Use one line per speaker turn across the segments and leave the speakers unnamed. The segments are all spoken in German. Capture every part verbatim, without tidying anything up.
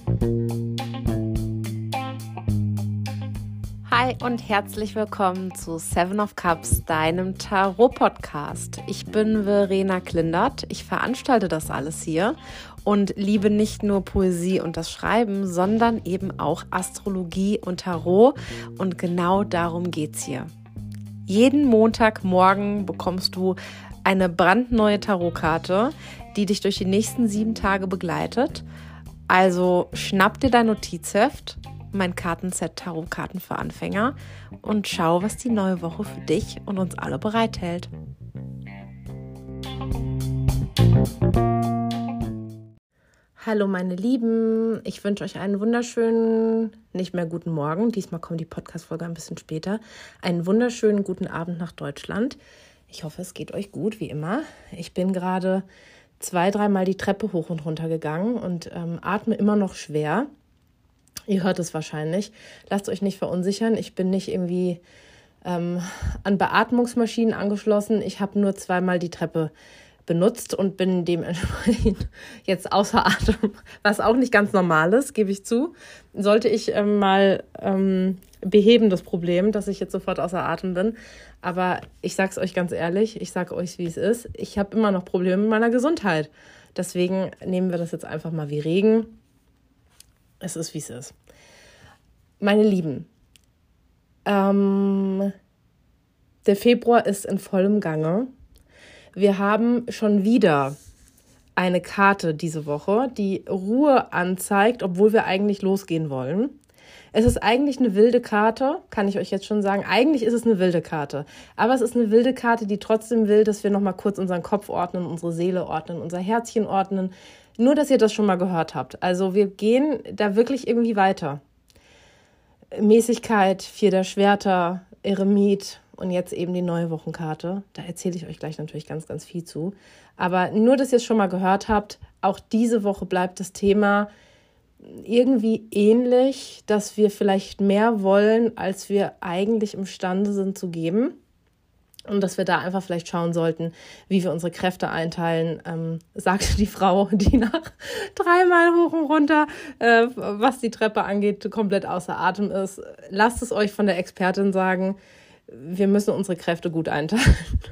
Hi und herzlich willkommen zu Seven of Cups, deinem Tarot-Podcast. Ich bin Verena Klindert, ich veranstalte das alles hier und liebe nicht nur Poesie und das Schreiben, sondern eben auch Astrologie und Tarot und genau darum geht's hier. Jeden Montagmorgen bekommst du eine brandneue Tarotkarte, die dich durch die nächsten sieben Tage begleitet. Also schnapp dir dein Notizheft, mein Kartenset Tarotkarten für Anfänger und schau, was die neue Woche für dich und uns alle bereithält. Hallo meine Lieben, ich wünsche euch einen wunderschönen, nicht mehr guten Morgen, diesmal kommt die Podcast-Folge ein bisschen später, einen wunderschönen guten Abend nach Deutschland. Ich hoffe, es geht euch gut, wie immer. Ich bin gerade zwei, dreimal die Treppe hoch und runter gegangen und ähm, atme immer noch schwer. Ihr hört es wahrscheinlich. Lasst euch nicht verunsichern. Ich bin nicht irgendwie ähm, an Beatmungsmaschinen angeschlossen. Ich habe nur zweimal die Treppe benutzt und bin dementsprechend jetzt außer Atem, was auch nicht ganz normal ist, gebe ich zu. Sollte ich ähm, mal ähm, beheben, das Problem, dass ich jetzt sofort außer Atem bin. Aber ich sage es euch ganz ehrlich, ich sage euch, wie es ist. Ich habe immer noch Probleme mit meiner Gesundheit. Deswegen nehmen wir das jetzt einfach mal wie Regen. Es ist, wie es ist. Meine Lieben, ähm, der Februar ist in vollem Gange. Wir haben schon wieder eine Karte diese Woche, die Ruhe anzeigt, obwohl wir eigentlich losgehen wollen. Es ist eigentlich eine wilde Karte, kann ich euch jetzt schon sagen. Eigentlich ist es eine wilde Karte. Aber es ist eine wilde Karte, die trotzdem will, dass wir nochmal kurz unseren Kopf ordnen, unsere Seele ordnen, unser Herzchen ordnen. Nur, dass ihr das schon mal gehört habt. Also wir gehen da wirklich irgendwie weiter. Mäßigkeit, Vier der Schwerter, Eremit und jetzt eben die neue Wochenkarte. Da erzähle ich euch gleich natürlich ganz, ganz viel zu. Aber nur, dass ihr es schon mal gehört habt, auch diese Woche bleibt das Thema irgendwie ähnlich, dass wir vielleicht mehr wollen, als wir eigentlich imstande sind zu geben. Und dass wir da einfach vielleicht schauen sollten, wie wir unsere Kräfte einteilen, ähm, sagte die Frau, die nach dreimal hoch und runter, äh, was die Treppe angeht, komplett außer Atem ist. Lasst es euch von der Expertin sagen, wir müssen unsere Kräfte gut einteilen.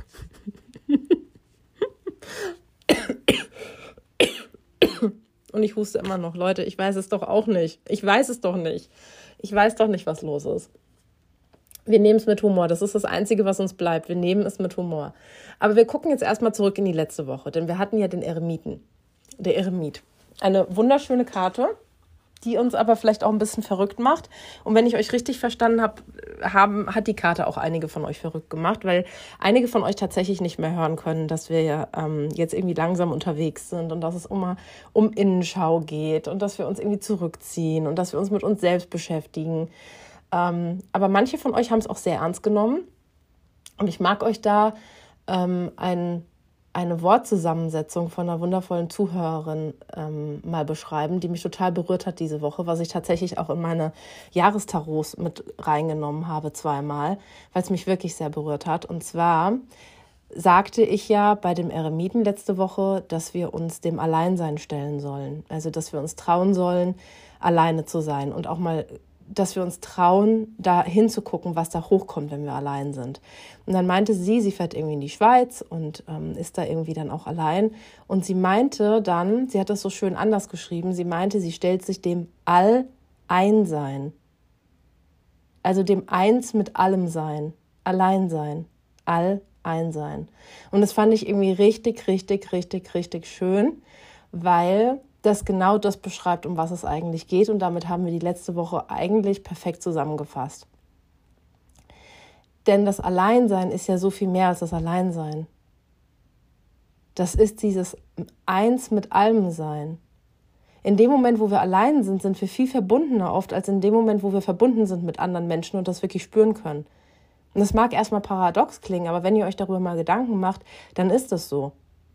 Und ich huste immer noch. Leute, ich weiß es doch auch nicht. Ich weiß es doch nicht. Ich weiß doch nicht, was los ist. Wir nehmen es mit Humor. Das ist das Einzige, was uns bleibt. Wir nehmen es mit Humor. Aber wir gucken jetzt erstmal zurück in die letzte Woche, denn wir hatten ja den Eremiten. Der Eremit. Eine wunderschöne Karte, die uns aber vielleicht auch ein bisschen verrückt macht. Und wenn ich euch richtig verstanden habe, haben, hat die Karte auch einige von euch verrückt gemacht, weil einige von euch tatsächlich nicht mehr hören können, dass wir ja ähm, jetzt irgendwie langsam unterwegs sind und dass es immer um Innenschau geht und dass wir uns irgendwie zurückziehen und dass wir uns mit uns selbst beschäftigen. Ähm, aber manche von euch haben es auch sehr ernst genommen und ich mag euch da ähm, ein, eine Wortzusammensetzung von einer wundervollen Zuhörerin ähm, mal beschreiben, die mich total berührt hat diese Woche, was ich tatsächlich auch in meine Jahrestarots mit reingenommen habe zweimal, weil es mich wirklich sehr berührt hat. Und zwar sagte ich ja bei dem Eremiten letzte Woche, dass wir uns dem Alleinsein stellen sollen, also dass wir uns trauen sollen, alleine zu sein und auch mal dass wir uns trauen, da hinzugucken, was da hochkommt, wenn wir allein sind. Und dann meinte sie, sie fährt irgendwie in die Schweiz und ähm, ist da irgendwie dann auch allein. Und sie meinte dann, sie hat das so schön anders geschrieben, sie meinte, sie stellt sich dem All-Ein-Sein, also dem Eins mit allem Sein, Alleinsein, All-Ein-Sein. Und das fand ich irgendwie richtig, richtig, richtig, richtig schön, weil das genau das beschreibt, um was es eigentlich geht. Und damit haben wir die letzte Woche eigentlich perfekt zusammengefasst. Denn das Alleinsein ist ja so viel mehr als das Alleinsein. Das ist dieses Eins mit allem Sein. In dem Moment, wo wir allein sind, sind wir viel verbundener oft, als in dem Moment, wo wir verbunden sind mit anderen Menschen und das wirklich spüren können. Und das mag erstmal paradox klingen, aber wenn ihr euch darüber mal Gedanken macht, dann ist es so.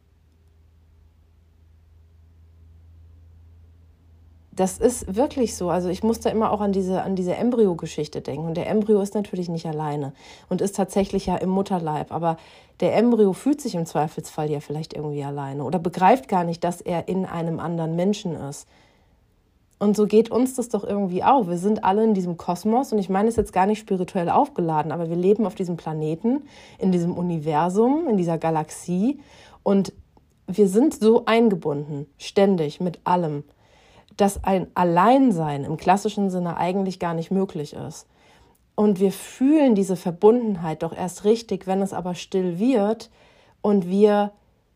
Das ist wirklich so. Also ich muss da immer auch an diese, an diese Embryo-Geschichte denken. Und der Embryo ist natürlich nicht alleine und ist tatsächlich ja im Mutterleib. Aber der Embryo fühlt sich im Zweifelsfall ja vielleicht irgendwie alleine oder begreift gar nicht, dass er in einem anderen Menschen ist. Und so geht uns das doch irgendwie auch. Wir sind alle in diesem Kosmos und ich meine es jetzt gar nicht spirituell aufgeladen, aber wir leben auf diesem Planeten, in diesem Universum, in dieser Galaxie und wir sind so eingebunden, ständig mit allem, dass ein Alleinsein im klassischen Sinne eigentlich gar nicht möglich ist. Und wir fühlen diese Verbundenheit doch erst richtig, wenn es aber still wird und wir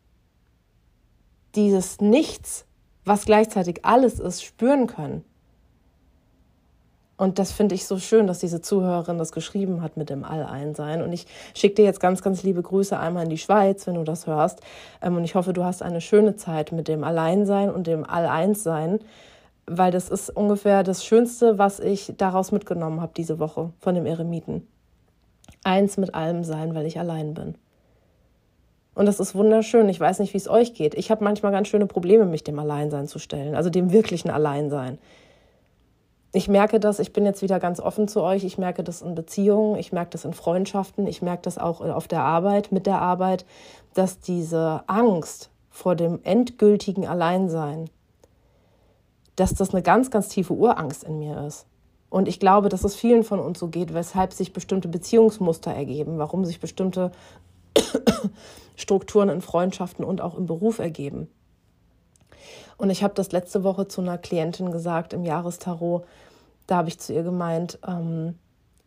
dieses Nichts, was gleichzeitig alles ist, spüren können. Und das finde ich so schön, dass diese Zuhörerin das geschrieben hat mit dem Alleinsein. Und ich schicke dir jetzt ganz, ganz liebe Grüße einmal in die Schweiz, wenn du das hörst. Und ich hoffe, du hast eine schöne Zeit mit dem Alleinsein und dem Alleinssein, weil das ist ungefähr das Schönste, was ich daraus mitgenommen habe diese Woche von dem Eremiten. Eins mit allem sein, weil ich allein bin. Und das ist wunderschön. Ich weiß nicht, wie es euch geht. Ich habe manchmal ganz schöne Probleme, mich dem Alleinsein zu stellen, also dem wirklichen Alleinsein. Ich merke das, ich bin jetzt wieder ganz offen zu euch, ich merke das in Beziehungen, ich merke das in Freundschaften, ich merke das auch auf der Arbeit, mit der Arbeit, dass diese Angst vor dem endgültigen Alleinsein, dass das eine ganz, ganz tiefe Urangst in mir ist. Und ich glaube, dass es vielen von uns so geht, weshalb sich bestimmte Beziehungsmuster ergeben, warum sich bestimmte Strukturen in Freundschaften und auch im Beruf ergeben. Und ich habe das letzte Woche zu einer Klientin gesagt im Jahrestarot, da habe ich zu ihr gemeint, ähm,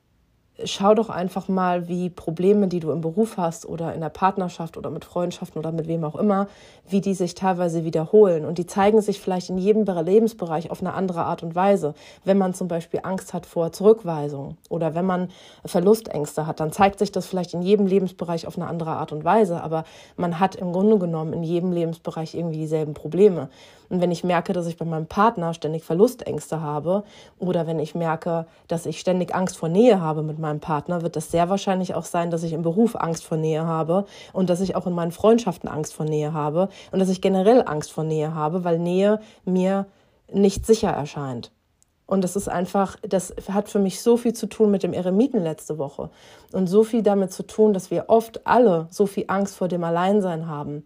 schau doch einfach mal, wie Probleme, die du im Beruf hast oder in der Partnerschaft oder mit Freundschaften oder mit wem auch immer, wie die sich teilweise wiederholen. Und die zeigen sich vielleicht in jedem Lebensbereich auf eine andere Art und Weise. Wenn man zum Beispiel Angst hat vor Zurückweisung oder wenn man Verlustängste hat, dann zeigt sich das vielleicht in jedem Lebensbereich auf eine andere Art und Weise. Aber man hat im Grunde genommen in jedem Lebensbereich irgendwie dieselben Probleme. Und wenn ich merke, dass ich bei meinem Partner ständig Verlustängste habe oder wenn ich merke, dass ich ständig Angst vor Nähe habe mit meinem Partner, wird das sehr wahrscheinlich auch sein, dass ich im Beruf Angst vor Nähe habe und dass ich auch in meinen Freundschaften Angst vor Nähe habe und dass ich generell Angst vor Nähe habe, weil Nähe mir nicht sicher erscheint. Und das ist einfach, das hat für mich so viel zu tun mit dem Eremiten letzte Woche und so viel damit zu tun, dass wir oft alle so viel Angst vor dem Alleinsein haben.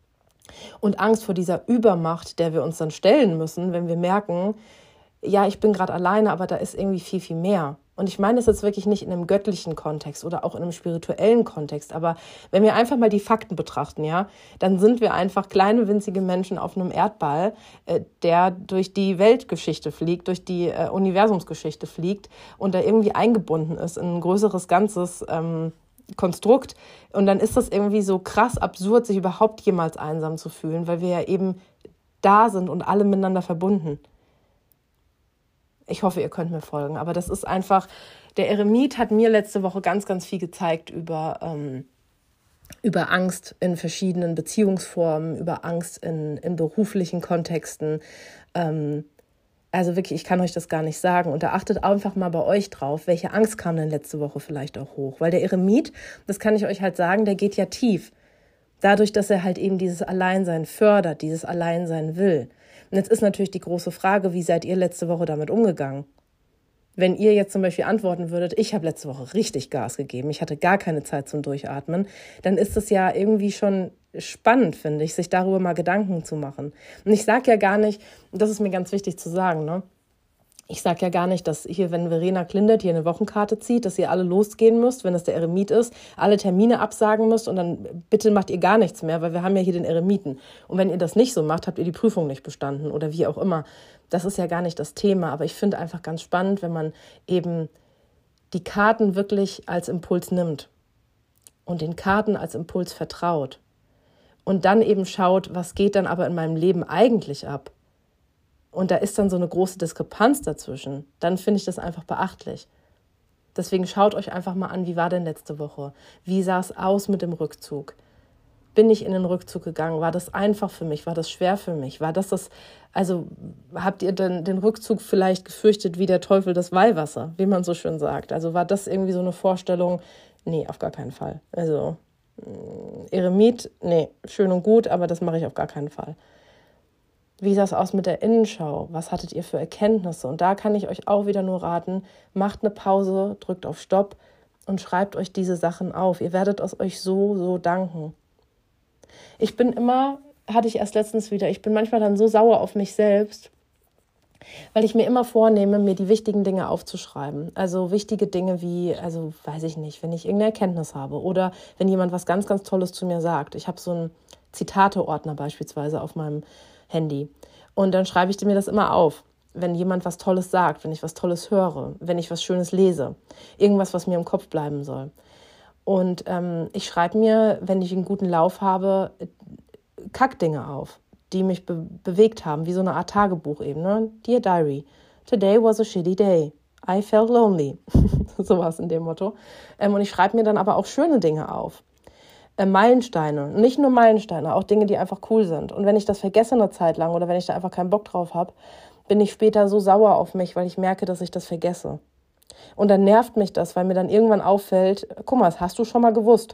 Und Angst vor dieser Übermacht, der wir uns dann stellen müssen, wenn wir merken, ja, ich bin gerade alleine, aber da ist irgendwie viel, viel mehr. Und ich meine das jetzt wirklich nicht in einem göttlichen Kontext oder auch in einem spirituellen Kontext, aber wenn wir einfach mal die Fakten betrachten, ja, dann sind wir einfach kleine, winzige Menschen auf einem Erdball, äh, der durch die Weltgeschichte fliegt, durch die äh, Universumsgeschichte fliegt und da irgendwie eingebunden ist in ein größeres Ganzes, ähm, Konstrukt. Und dann ist das irgendwie so krass absurd, sich überhaupt jemals einsam zu fühlen, weil wir ja eben da sind und alle miteinander verbunden. Ich hoffe, ihr könnt mir folgen. Aber das ist einfach, der Eremit hat mir letzte Woche ganz, ganz viel gezeigt über, ähm, über Angst in verschiedenen Beziehungsformen, über Angst in, in beruflichen Kontexten, ähm, Also wirklich, ich kann euch das gar nicht sagen. Und da achtet einfach mal bei euch drauf, welche Angst kam denn letzte Woche vielleicht auch hoch. Weil der Eremit, das kann ich euch halt sagen, der geht ja tief. Dadurch, dass er halt eben dieses Alleinsein fördert, dieses Alleinsein will. Und jetzt ist natürlich die große Frage, wie seid ihr letzte Woche damit umgegangen? Wenn ihr jetzt zum Beispiel antworten würdet, ich habe letzte Woche richtig Gas gegeben, ich hatte gar keine Zeit zum Durchatmen, dann ist es ja irgendwie schon spannend, finde ich, sich darüber mal Gedanken zu machen. Und ich sage ja gar nicht, das ist mir ganz wichtig zu sagen, ne? Ich sage ja gar nicht, dass hier, wenn Verena Klindert hier eine Wochenkarte zieht, dass ihr alle losgehen müsst, wenn es der Eremit ist, alle Termine absagen müsst und dann bitte macht ihr gar nichts mehr, weil wir haben ja hier den Eremiten. Und wenn ihr das nicht so macht, habt ihr die Prüfung nicht bestanden oder wie auch immer. Das ist ja gar nicht das Thema, aber ich finde einfach ganz spannend, wenn man eben die Karten wirklich als Impuls nimmt und den Karten als Impuls vertraut und dann eben schaut, was geht dann aber in meinem Leben eigentlich ab. Und da ist dann so eine große Diskrepanz dazwischen. Dann finde ich das einfach beachtlich. Deswegen schaut euch einfach mal an, wie war denn letzte Woche? Wie sah es aus mit dem Rückzug? Bin ich in den Rückzug gegangen? War das einfach für mich? War das schwer für mich? War das das, also habt ihr denn den Rückzug vielleicht gefürchtet wie der Teufel das Weihwasser, wie man so schön sagt? Also war das irgendwie so eine Vorstellung? Nee, auf gar keinen Fall. Also Eremit, nee, schön und gut, aber das mache ich auf gar keinen Fall. Wie sah es aus mit der Innenschau? Was hattet ihr für Erkenntnisse? Und da kann ich euch auch wieder nur raten, macht eine Pause, drückt auf Stopp und schreibt euch diese Sachen auf. Ihr werdet es euch so, so danken. Ich bin immer, hatte ich erst letztens wieder, ich bin manchmal dann so sauer auf mich selbst, Weil ich mir immer vornehme, mir die wichtigen Dinge aufzuschreiben. Also wichtige Dinge wie, also weiß ich nicht, wenn ich irgendeine Erkenntnis habe oder wenn jemand was ganz, ganz Tolles zu mir sagt. Ich habe so einen Zitate-Ordner beispielsweise auf meinem Handy. Und dann schreibe ich mir das immer auf, wenn jemand was Tolles sagt, wenn ich was Tolles höre, wenn ich was Schönes lese. Irgendwas, was mir im Kopf bleiben soll. Und ähm, ich schreibe mir, wenn ich einen guten Lauf habe, Kackdinge auf, die mich be- bewegt haben, wie so eine Art Tagebuch eben, ne? Dear Diary, today was a shitty day. I felt lonely. Sowas in dem Motto. Ähm, und ich schreibe mir dann aber auch schöne Dinge auf. Äh, Meilensteine. Nicht nur Meilensteine, auch Dinge, die einfach cool sind. Und wenn ich das vergesse eine Zeit lang oder wenn ich da einfach keinen Bock drauf habe, bin ich später so sauer auf mich, weil ich merke, dass ich das vergesse. Und dann nervt mich das, weil mir dann irgendwann auffällt, guck mal, das hast du schon mal gewusst.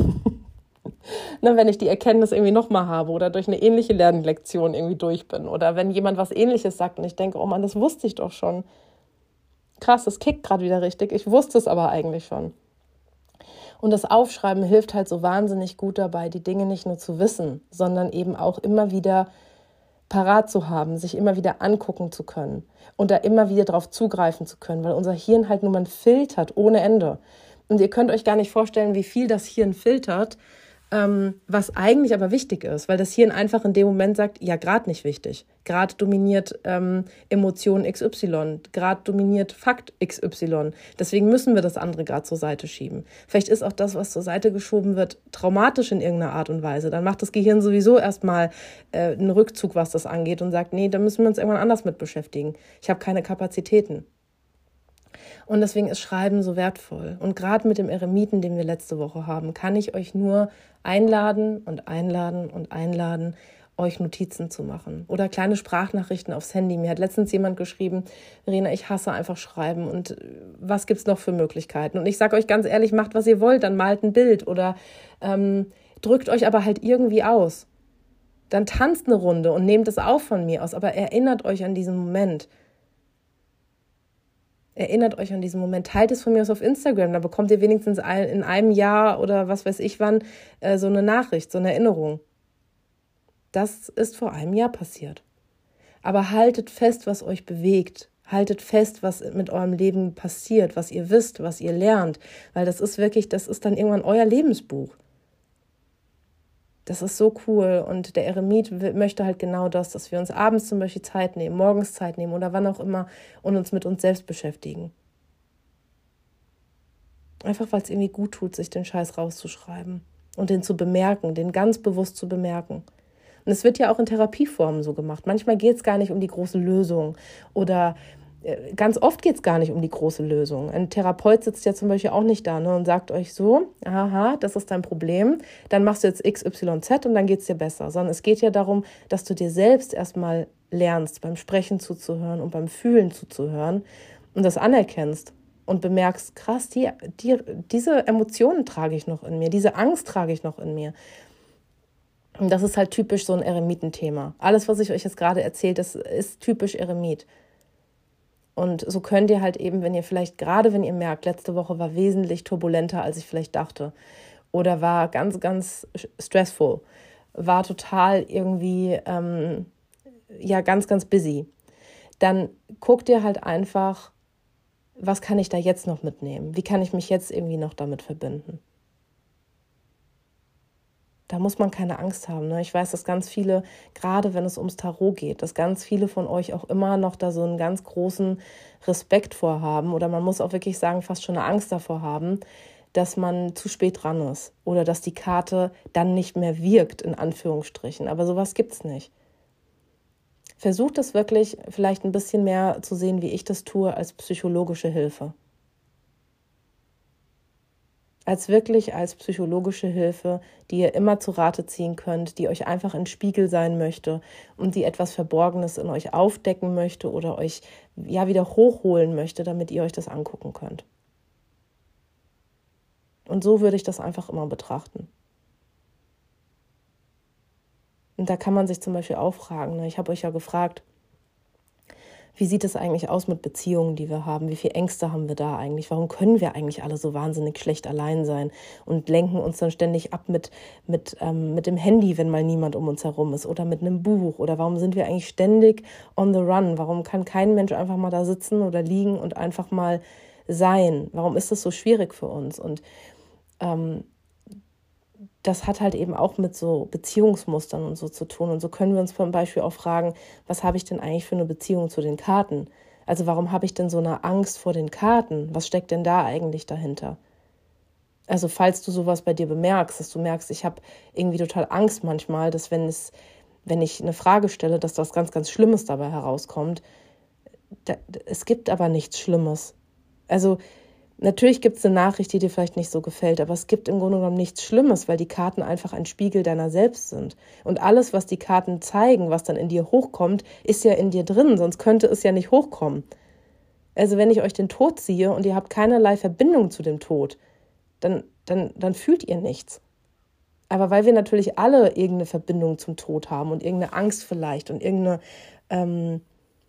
Ne, wenn ich die Erkenntnis irgendwie nochmal habe oder durch eine ähnliche Lernlektion irgendwie durch bin oder wenn jemand was Ähnliches sagt und ich denke, oh Mann, das wusste ich doch schon. Krass, das kickt gerade wieder richtig. Ich wusste es aber eigentlich schon. Und das Aufschreiben hilft halt so wahnsinnig gut dabei, die Dinge nicht nur zu wissen, sondern eben auch immer wieder parat zu haben, sich immer wieder angucken zu können und da immer wieder drauf zugreifen zu können, weil unser Hirn halt nur mal filtert ohne Ende. Und ihr könnt euch gar nicht vorstellen, wie viel das Hirn filtert, ähm, was eigentlich aber wichtig ist, weil das Hirn einfach in dem Moment sagt, ja, gerade nicht wichtig. Gerade dominiert ähm, Emotion X Y, gerade dominiert Fakt X Y. Deswegen müssen wir das andere gerade zur Seite schieben. Vielleicht ist auch das, was zur Seite geschoben wird, traumatisch in irgendeiner Art und Weise. Dann macht das Gehirn sowieso erstmal äh, einen Rückzug, was das angeht und sagt, nee, da müssen wir uns irgendwann anders mit beschäftigen. Ich habe keine Kapazitäten. Und deswegen ist Schreiben so wertvoll. Und gerade mit dem Eremiten, den wir letzte Woche haben, kann ich euch nur einladen und einladen und einladen, euch Notizen zu machen. Oder kleine Sprachnachrichten aufs Handy. Mir hat letztens jemand geschrieben, Verena, ich hasse einfach Schreiben. Und was gibt's noch für Möglichkeiten? Und ich sage euch ganz ehrlich, macht, was ihr wollt. Dann malt ein Bild oder ähm, drückt euch aber halt irgendwie aus. Dann tanzt eine Runde und nehmt es auf von mir aus. Aber erinnert euch an diesen Moment. Erinnert euch an diesen Moment, teilt es von mir aus auf Instagram, da bekommt ihr wenigstens ein, in einem Jahr oder was weiß ich wann äh, so eine Nachricht, so eine Erinnerung. Das ist vor einem Jahr passiert. Aber haltet fest, was euch bewegt. Haltet fest, was mit eurem Leben passiert, was ihr wisst, was ihr lernt, weil das ist wirklich, das ist dann irgendwann euer Lebensbuch. Das ist so cool und der Eremit möchte halt genau das, dass wir uns abends zum Beispiel Zeit nehmen, morgens Zeit nehmen oder wann auch immer und uns mit uns selbst beschäftigen. Einfach, weil es irgendwie gut tut, sich den Scheiß rauszuschreiben und den zu bemerken, den ganz bewusst zu bemerken. Und es wird ja auch in Therapieformen so gemacht. Manchmal geht es gar nicht um die große Lösung oder ganz oft geht es gar nicht um die große Lösung. Ein Therapeut sitzt ja zum Beispiel auch nicht da, ne, und sagt euch so, aha, das ist dein Problem, dann machst du jetzt X Y Z und dann geht es dir besser. Sondern es geht ja darum, dass du dir selbst erstmal lernst, beim Sprechen zuzuhören und beim Fühlen zuzuhören und das anerkennst und bemerkst, krass, die, die, diese Emotionen trage ich noch in mir, diese Angst trage ich noch in mir. Und das ist halt typisch so ein Eremitenthema. Alles, was ich euch jetzt gerade erzählt, das ist typisch Eremit. Und so könnt ihr halt eben, wenn ihr vielleicht, gerade wenn ihr merkt, letzte Woche war wesentlich turbulenter, als ich vielleicht dachte, oder war ganz, ganz stressful, war total irgendwie, ähm, ja, ganz, ganz busy, dann guckt ihr halt einfach, was kann ich da jetzt noch mitnehmen? Wie kann ich mich jetzt irgendwie noch damit verbinden? Da muss man keine Angst haben. Ne? Ich weiß, dass ganz viele, gerade wenn es ums Tarot geht, dass ganz viele von euch auch immer noch da so einen ganz großen Respekt vorhaben oder man muss auch wirklich sagen, fast schon eine Angst davor haben, dass man zu spät dran ist oder dass die Karte dann nicht mehr wirkt, in Anführungsstrichen. Aber sowas gibt's nicht. Versucht es wirklich vielleicht ein bisschen mehr zu sehen, wie ich das tue, als psychologische Hilfe. Als wirklich als psychologische Hilfe, die ihr immer zu Rate ziehen könnt, die euch einfach ein Spiegel sein möchte und die etwas Verborgenes in euch aufdecken möchte oder euch ja wieder hochholen möchte, damit ihr euch das angucken könnt. Und so würde ich das einfach immer betrachten. Und da kann man sich zum Beispiel auch fragen, ne? Ich habe euch ja gefragt, wie sieht es eigentlich aus mit Beziehungen, die wir haben? Wie viele Ängste haben wir da eigentlich? Warum können wir eigentlich alle so wahnsinnig schlecht allein sein und lenken uns dann ständig ab mit, mit, ähm, mit dem Handy, wenn mal niemand um uns herum ist oder mit einem Buch? Oder warum sind wir eigentlich ständig on the run? Warum kann kein Mensch einfach mal da sitzen oder liegen und einfach mal sein? Warum ist das so schwierig für uns? Und ähm, das hat halt eben auch mit so Beziehungsmustern und so zu tun. Und so können wir uns zum Beispiel auch fragen, was habe ich denn eigentlich für eine Beziehung zu den Karten? Also warum habe ich denn so eine Angst vor den Karten? Was steckt denn da eigentlich dahinter? Also falls du sowas bei dir bemerkst, dass du merkst, ich habe irgendwie total Angst manchmal, dass wenn es, wenn ich eine Frage stelle, dass das ganz, ganz Schlimmes dabei herauskommt. Da, es gibt aber nichts Schlimmes. Also natürlich gibt es eine Nachricht, die dir vielleicht nicht so gefällt, aber es gibt im Grunde genommen nichts Schlimmes, weil die Karten einfach ein Spiegel deiner selbst sind. Und alles, was die Karten zeigen, was dann in dir hochkommt, ist ja in dir drin, sonst könnte es ja nicht hochkommen. Also wenn ich euch den Tod sehe und ihr habt keinerlei Verbindung zu dem Tod, dann, dann, dann fühlt ihr nichts. Aber weil wir natürlich alle irgendeine Verbindung zum Tod haben und irgendeine Angst vielleicht und irgendeine... Ähm,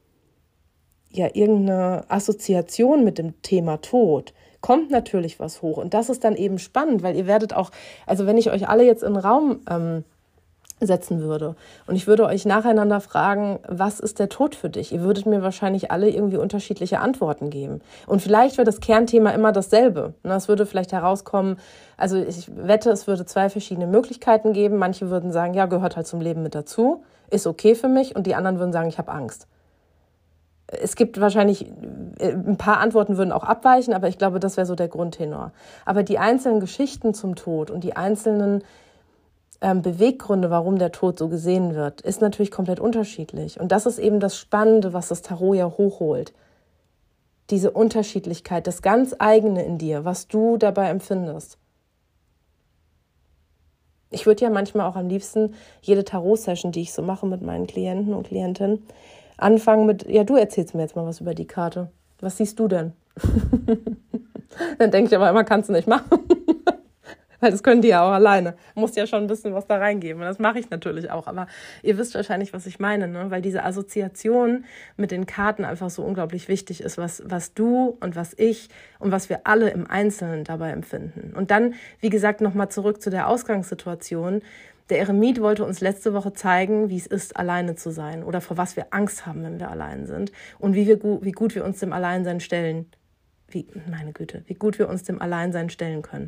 ja, irgendeine Assoziation mit dem Thema Tod, kommt natürlich was hoch. Und das ist dann eben spannend, weil ihr werdet auch, also wenn ich euch alle jetzt in den Raum ähm, setzen würde und ich würde euch nacheinander fragen, was ist der Tod für dich? Ihr würdet mir wahrscheinlich alle irgendwie unterschiedliche Antworten geben. Und vielleicht wäre das Kernthema immer dasselbe. Es würde vielleicht herauskommen, also ich wette, es würde zwei verschiedene Möglichkeiten geben. Manche würden sagen, ja, gehört halt zum Leben mit dazu, ist okay für mich. Und die anderen würden sagen, ich habe Angst. Es gibt wahrscheinlich, ein paar Antworten würden auch abweichen, aber ich glaube, das wäre so der Grundtenor. Aber die einzelnen Geschichten zum Tod und die einzelnen ähm, Beweggründe, warum der Tod so gesehen wird, ist natürlich komplett unterschiedlich. Und das ist eben das Spannende, was das Tarot ja hochholt. Diese Unterschiedlichkeit, das ganz eigene in dir, was du dabei empfindest. Ich würde ja manchmal auch am liebsten jede Tarot-Session, die ich so mache mit meinen Klienten und Klientinnen, anfangen mit, ja, du erzählst mir jetzt mal was über die Karte. Was siehst du denn? Dann denke ich aber immer, kannst du nicht machen. Weil das können die ja auch alleine. Musst ja schon ein bisschen was da reingeben. Und das mache ich natürlich auch. Aber ihr wisst wahrscheinlich, was ich meine, ne? Weil diese Assoziation mit den Karten einfach so unglaublich wichtig ist, was, was du und was ich und was wir alle im Einzelnen dabei empfinden. Und dann, wie gesagt, nochmal zurück zu der Ausgangssituation. Der Eremit wollte uns letzte Woche zeigen, wie es ist, alleine zu sein oder vor was wir Angst haben, wenn wir allein sind und wie, wir, wie gut wir uns dem Alleinsein stellen. Wie, meine Güte, wie gut wir uns dem Alleinsein stellen können.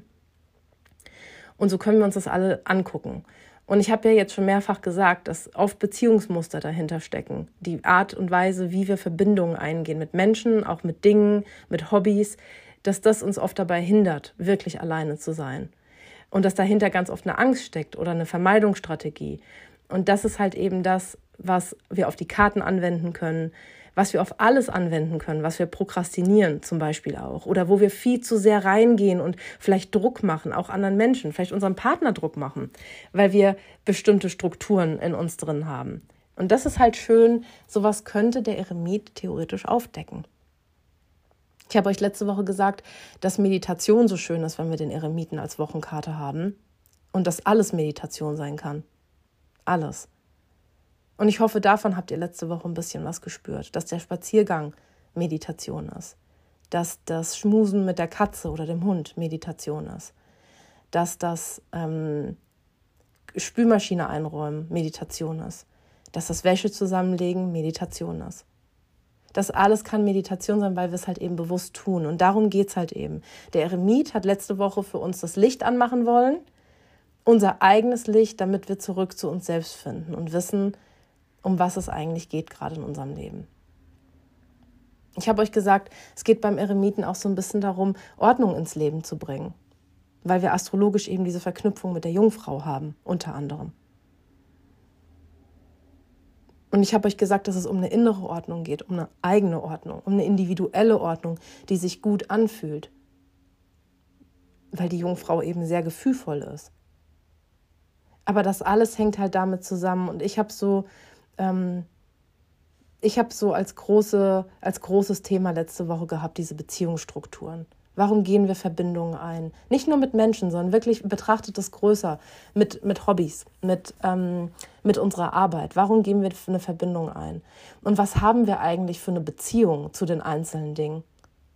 Und so können wir uns das alle angucken. Und ich habe ja jetzt schon mehrfach gesagt, dass oft Beziehungsmuster dahinter stecken. Die Art und Weise, wie wir Verbindungen eingehen mit Menschen, auch mit Dingen, mit Hobbys, dass das uns oft dabei hindert, wirklich alleine zu sein. Und dass dahinter ganz oft eine Angst steckt oder eine Vermeidungsstrategie. Und das ist halt eben das, was wir auf die Karten anwenden können, was wir auf alles anwenden können, was wir prokrastinieren zum Beispiel auch. Oder wo wir viel zu sehr reingehen und vielleicht Druck machen, auch anderen Menschen, vielleicht unserem Partner Druck machen, weil wir bestimmte Strukturen in uns drin haben. Und das ist halt schön, sowas könnte der Eremit theoretisch aufdecken. Ich habe euch letzte Woche gesagt, dass Meditation so schön ist, wenn wir den Eremiten als Wochenkarte haben und dass alles Meditation sein kann. Alles. Und ich hoffe, davon habt ihr letzte Woche ein bisschen was gespürt, dass der Spaziergang Meditation ist, dass das Schmusen mit der Katze oder dem Hund Meditation ist, dass das ähm, Spülmaschine einräumen Meditation ist, dass das Wäsche zusammenlegen Meditation ist. Das alles kann Meditation sein, weil wir es halt eben bewusst tun. Und darum geht es halt eben. Der Eremit hat letzte Woche für uns das Licht anmachen wollen, unser eigenes Licht, damit wir zurück zu uns selbst finden und wissen, um was es eigentlich geht gerade in unserem Leben. Ich habe euch gesagt, es geht beim Eremiten auch so ein bisschen darum, Ordnung ins Leben zu bringen, weil wir astrologisch eben diese Verknüpfung mit der Jungfrau haben, unter anderem. Und ich habe euch gesagt, dass es um eine innere Ordnung geht, um eine eigene Ordnung, um eine individuelle Ordnung, die sich gut anfühlt, weil die Jungfrau eben sehr gefühlvoll ist. Aber das alles hängt halt damit zusammen und ich habe so, ähm, ich habe so als große, als großes Thema letzte Woche gehabt, diese Beziehungsstrukturen. Warum gehen wir Verbindungen ein? Nicht nur mit Menschen, sondern wirklich betrachtet es größer, mit, mit Hobbys, mit, ähm, mit unserer Arbeit. Warum gehen wir für eine Verbindung ein? Und was haben wir eigentlich für eine Beziehung zu den einzelnen Dingen?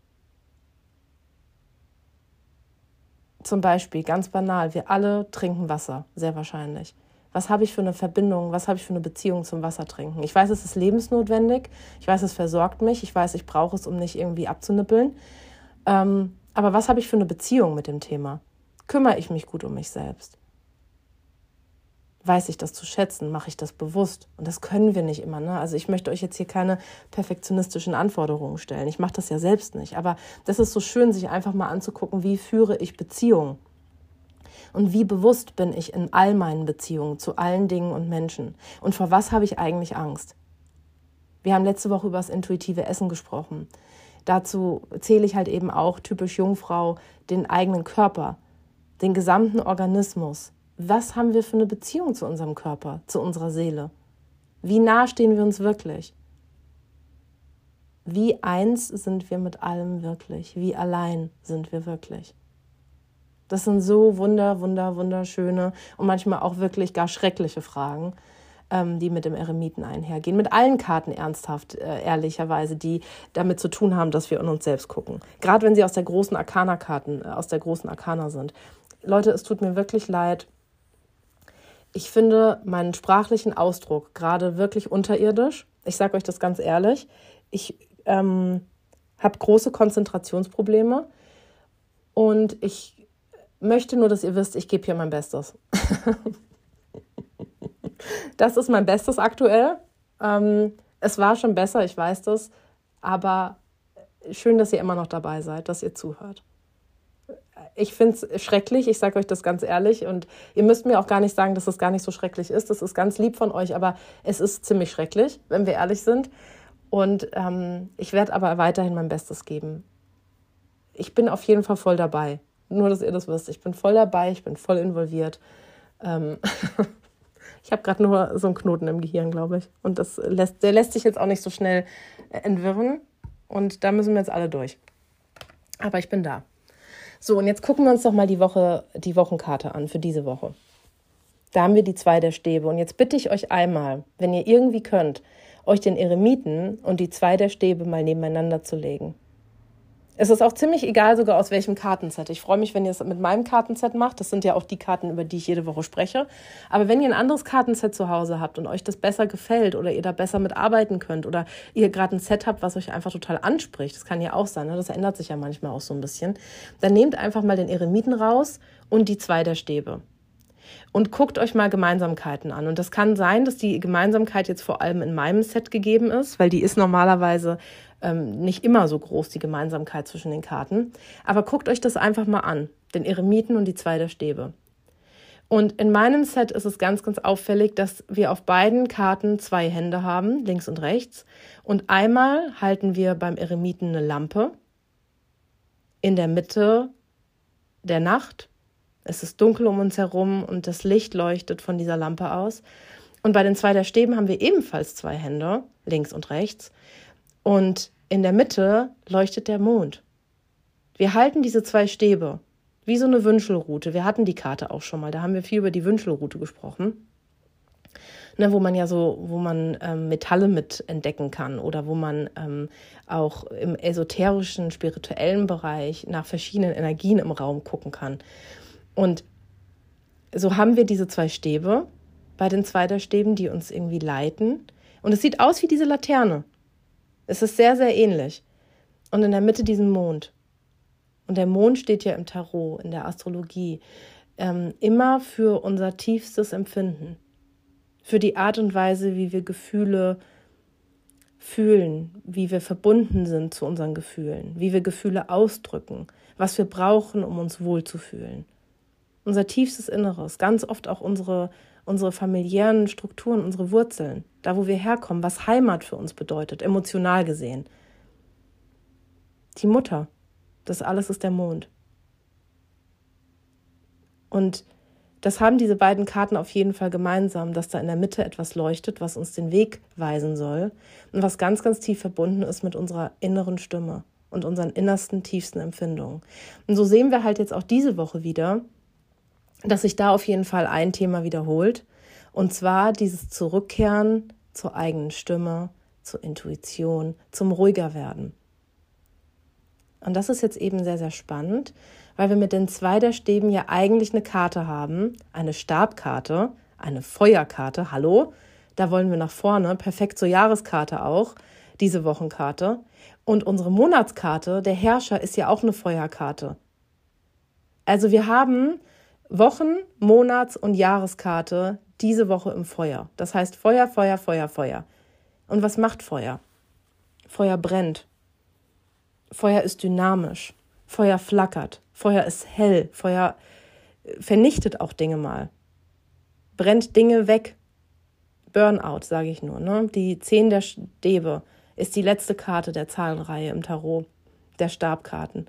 Zum Beispiel, ganz banal, wir alle trinken Wasser, sehr wahrscheinlich. Was habe ich für eine Verbindung, was habe ich für eine Beziehung zum Wassertrinken? Ich weiß, es ist lebensnotwendig, ich weiß, es versorgt mich, ich weiß, ich brauche es, um nicht irgendwie abzunippeln. Ähm, aber was habe ich für eine Beziehung mit dem Thema? Kümmere ich mich gut um mich selbst? Weiß ich das zu schätzen? Mache ich das bewusst? Und das können wir nicht immer. Ne? Also ich möchte euch jetzt hier keine perfektionistischen Anforderungen stellen. Ich mache das ja selbst nicht. Aber das ist so schön, sich einfach mal anzugucken, wie führe ich Beziehungen? Und wie bewusst bin ich in all meinen Beziehungen zu allen Dingen und Menschen? Und vor was habe ich eigentlich Angst? Wir haben letzte Woche über das intuitive Essen gesprochen. Dazu zähle ich halt eben auch, typisch Jungfrau, den eigenen Körper, den gesamten Organismus. Was haben wir für eine Beziehung zu unserem Körper, zu unserer Seele? Wie nah stehen wir uns wirklich? Wie eins sind wir mit allem wirklich? Wie allein sind wir wirklich? Das sind so wunder, wunder, wunderschöne und manchmal auch wirklich gar schreckliche Fragen, ähm, die mit dem Eremiten einhergehen. Mit allen Karten ernsthaft, äh, ehrlicherweise, die damit zu tun haben, dass wir in uns selbst gucken. Gerade wenn sie aus der großen Arkana-Karten, äh, aus der großen Arkana sind. Leute, es tut mir wirklich leid. Ich finde meinen sprachlichen Ausdruck gerade wirklich unterirdisch. Ich sage euch das ganz ehrlich. Ich ähm, habe große Konzentrationsprobleme und ich möchte nur, dass ihr wisst, ich gebe hier mein Bestes. Das ist mein Bestes aktuell. Ähm, es war schon besser, ich weiß das, aber schön, dass ihr immer noch dabei seid, dass ihr zuhört. Ich finde es schrecklich, ich sage euch das ganz ehrlich und ihr müsst mir auch gar nicht sagen, dass es gar nicht so schrecklich ist. Das ist ganz lieb von euch, aber es ist ziemlich schrecklich, wenn wir ehrlich sind. Und ähm, ich werde aber weiterhin mein Bestes geben. Ich bin auf jeden Fall voll dabei. Nur, dass ihr das wisst. Ich bin voll dabei, ich bin voll involviert. Ähm ich habe gerade nur so einen Knoten im Gehirn, glaube ich. Und das lässt, der lässt sich jetzt auch nicht so schnell entwirren. Und da müssen wir jetzt alle durch. Aber ich bin da. So, und jetzt gucken wir uns doch mal die Woche, die Wochenkarte an für diese Woche. Da haben wir die zwei der Stäbe. Und jetzt bitte ich euch einmal, wenn ihr irgendwie könnt, euch den Eremiten und die zwei der Stäbe mal nebeneinander zu legen. Es ist auch ziemlich egal, sogar aus welchem Kartenset. Ich freue mich, wenn ihr es mit meinem Kartenset macht. Das sind ja auch die Karten, über die ich jede Woche spreche. Aber wenn ihr ein anderes Kartenset zu Hause habt und euch das besser gefällt oder ihr da besser mitarbeiten könnt oder ihr gerade ein Set habt, was euch einfach total anspricht, das kann ja auch sein, ne? Das ändert sich ja manchmal auch so ein bisschen, dann nehmt einfach mal den Eremiten raus und die zwei der Stäbe. Und guckt euch mal Gemeinsamkeiten an. Und das kann sein, dass die Gemeinsamkeit jetzt vor allem in meinem Set gegeben ist, weil die ist normalerweise ähm, nicht immer so groß, die Gemeinsamkeit zwischen den Karten. Aber guckt euch das einfach mal an, den Eremiten und die zwei der Stäbe. Und in meinem Set ist es ganz, ganz auffällig, dass wir auf beiden Karten zwei Hände haben, links und rechts. Und einmal halten wir beim Eremiten eine Lampe in der Mitte der Nacht. Es ist dunkel um uns herum und das Licht leuchtet von dieser Lampe aus. Und bei den zwei der Stäben haben wir ebenfalls zwei Hände, links und rechts. Und in der Mitte leuchtet der Mond. Wir halten diese zwei Stäbe wie so eine Wünschelrute. Wir hatten die Karte auch schon mal, da haben wir viel über die Wünschelrute gesprochen. Ne, wo man ja so, wo man ähm, Metalle mit entdecken kann oder wo man ähm, auch im esoterischen, spirituellen Bereich nach verschiedenen Energien im Raum gucken kann. Und so haben wir diese zwei Stäbe bei den zwei der Stäben, die uns irgendwie leiten. Und es sieht aus wie diese Laterne. Es ist sehr, sehr ähnlich. Und in der Mitte diesen Mond. Und der Mond steht ja im Tarot, in der Astrologie, ähm, immer für unser tiefstes Empfinden. Für die Art und Weise, wie wir Gefühle fühlen, wie wir verbunden sind zu unseren Gefühlen, wie wir Gefühle ausdrücken, was wir brauchen, um uns wohlzufühlen. Unser tiefstes Inneres, ganz oft auch unsere, unsere familiären Strukturen, unsere Wurzeln, da wo wir herkommen, was Heimat für uns bedeutet, emotional gesehen. Die Mutter, das alles ist der Mond. Und das haben diese beiden Karten auf jeden Fall gemeinsam, dass da in der Mitte etwas leuchtet, was uns den Weg weisen soll und was ganz, ganz tief verbunden ist mit unserer inneren Stimme. und unseren innersten, tiefsten Empfindungen. Und so sehen wir halt jetzt auch diese Woche wieder, dass sich da auf jeden Fall ein Thema wiederholt. Und zwar dieses Zurückkehren zur eigenen Stimme, zur Intuition, zum ruhiger werden. Und das ist jetzt eben sehr, sehr spannend, weil wir mit den zwei der Stäben ja eigentlich eine Karte haben, eine Stabkarte, eine Feuerkarte, hallo, da wollen wir nach vorne, perfekt zur Jahreskarte auch, diese Wochenkarte. Und unsere Monatskarte, der Herrscher, ist ja auch eine Feuerkarte. Also wir haben Wochen-, Monats- und Jahreskarte diese Woche im Feuer. Das heißt Feuer, Feuer, Feuer, Feuer. Und was macht Feuer? Feuer brennt. Feuer ist dynamisch. Feuer flackert. Feuer ist hell. Feuer vernichtet auch Dinge mal. Brennt Dinge weg. Burnout, sage ich nur. Ne? Die Zehn der Stäbe ist die letzte Karte der Zahlenreihe im Tarot, der Stabkarten.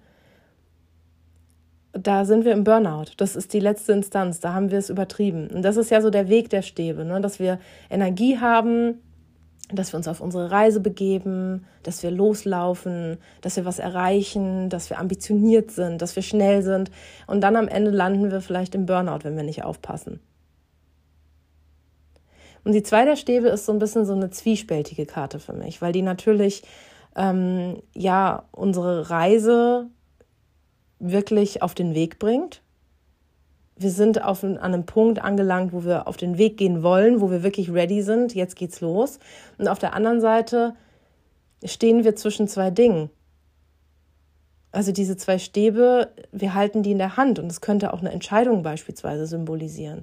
Da sind wir im Burnout. Das ist die letzte Instanz. Da haben wir es übertrieben. Und das ist ja so der Weg der Stäbe, ne? Dass wir Energie haben, dass wir uns auf unsere Reise begeben, dass wir loslaufen, dass wir was erreichen, dass wir ambitioniert sind, dass wir schnell sind. Und dann am Ende landen wir vielleicht im Burnout, wenn wir nicht aufpassen. Und die Zwei der Stäbe ist so ein bisschen so eine zwiespältige Karte für mich, weil die natürlich ähm, ja unsere Reise wirklich auf den Weg bringt. Wir sind auf, an einem Punkt angelangt, wo wir auf den Weg gehen wollen, wo wir wirklich ready sind. Jetzt geht's los. Und auf der anderen Seite stehen wir zwischen zwei Dingen. Also diese zwei Stäbe, wir halten die in der Hand und es könnte auch eine Entscheidung beispielsweise symbolisieren.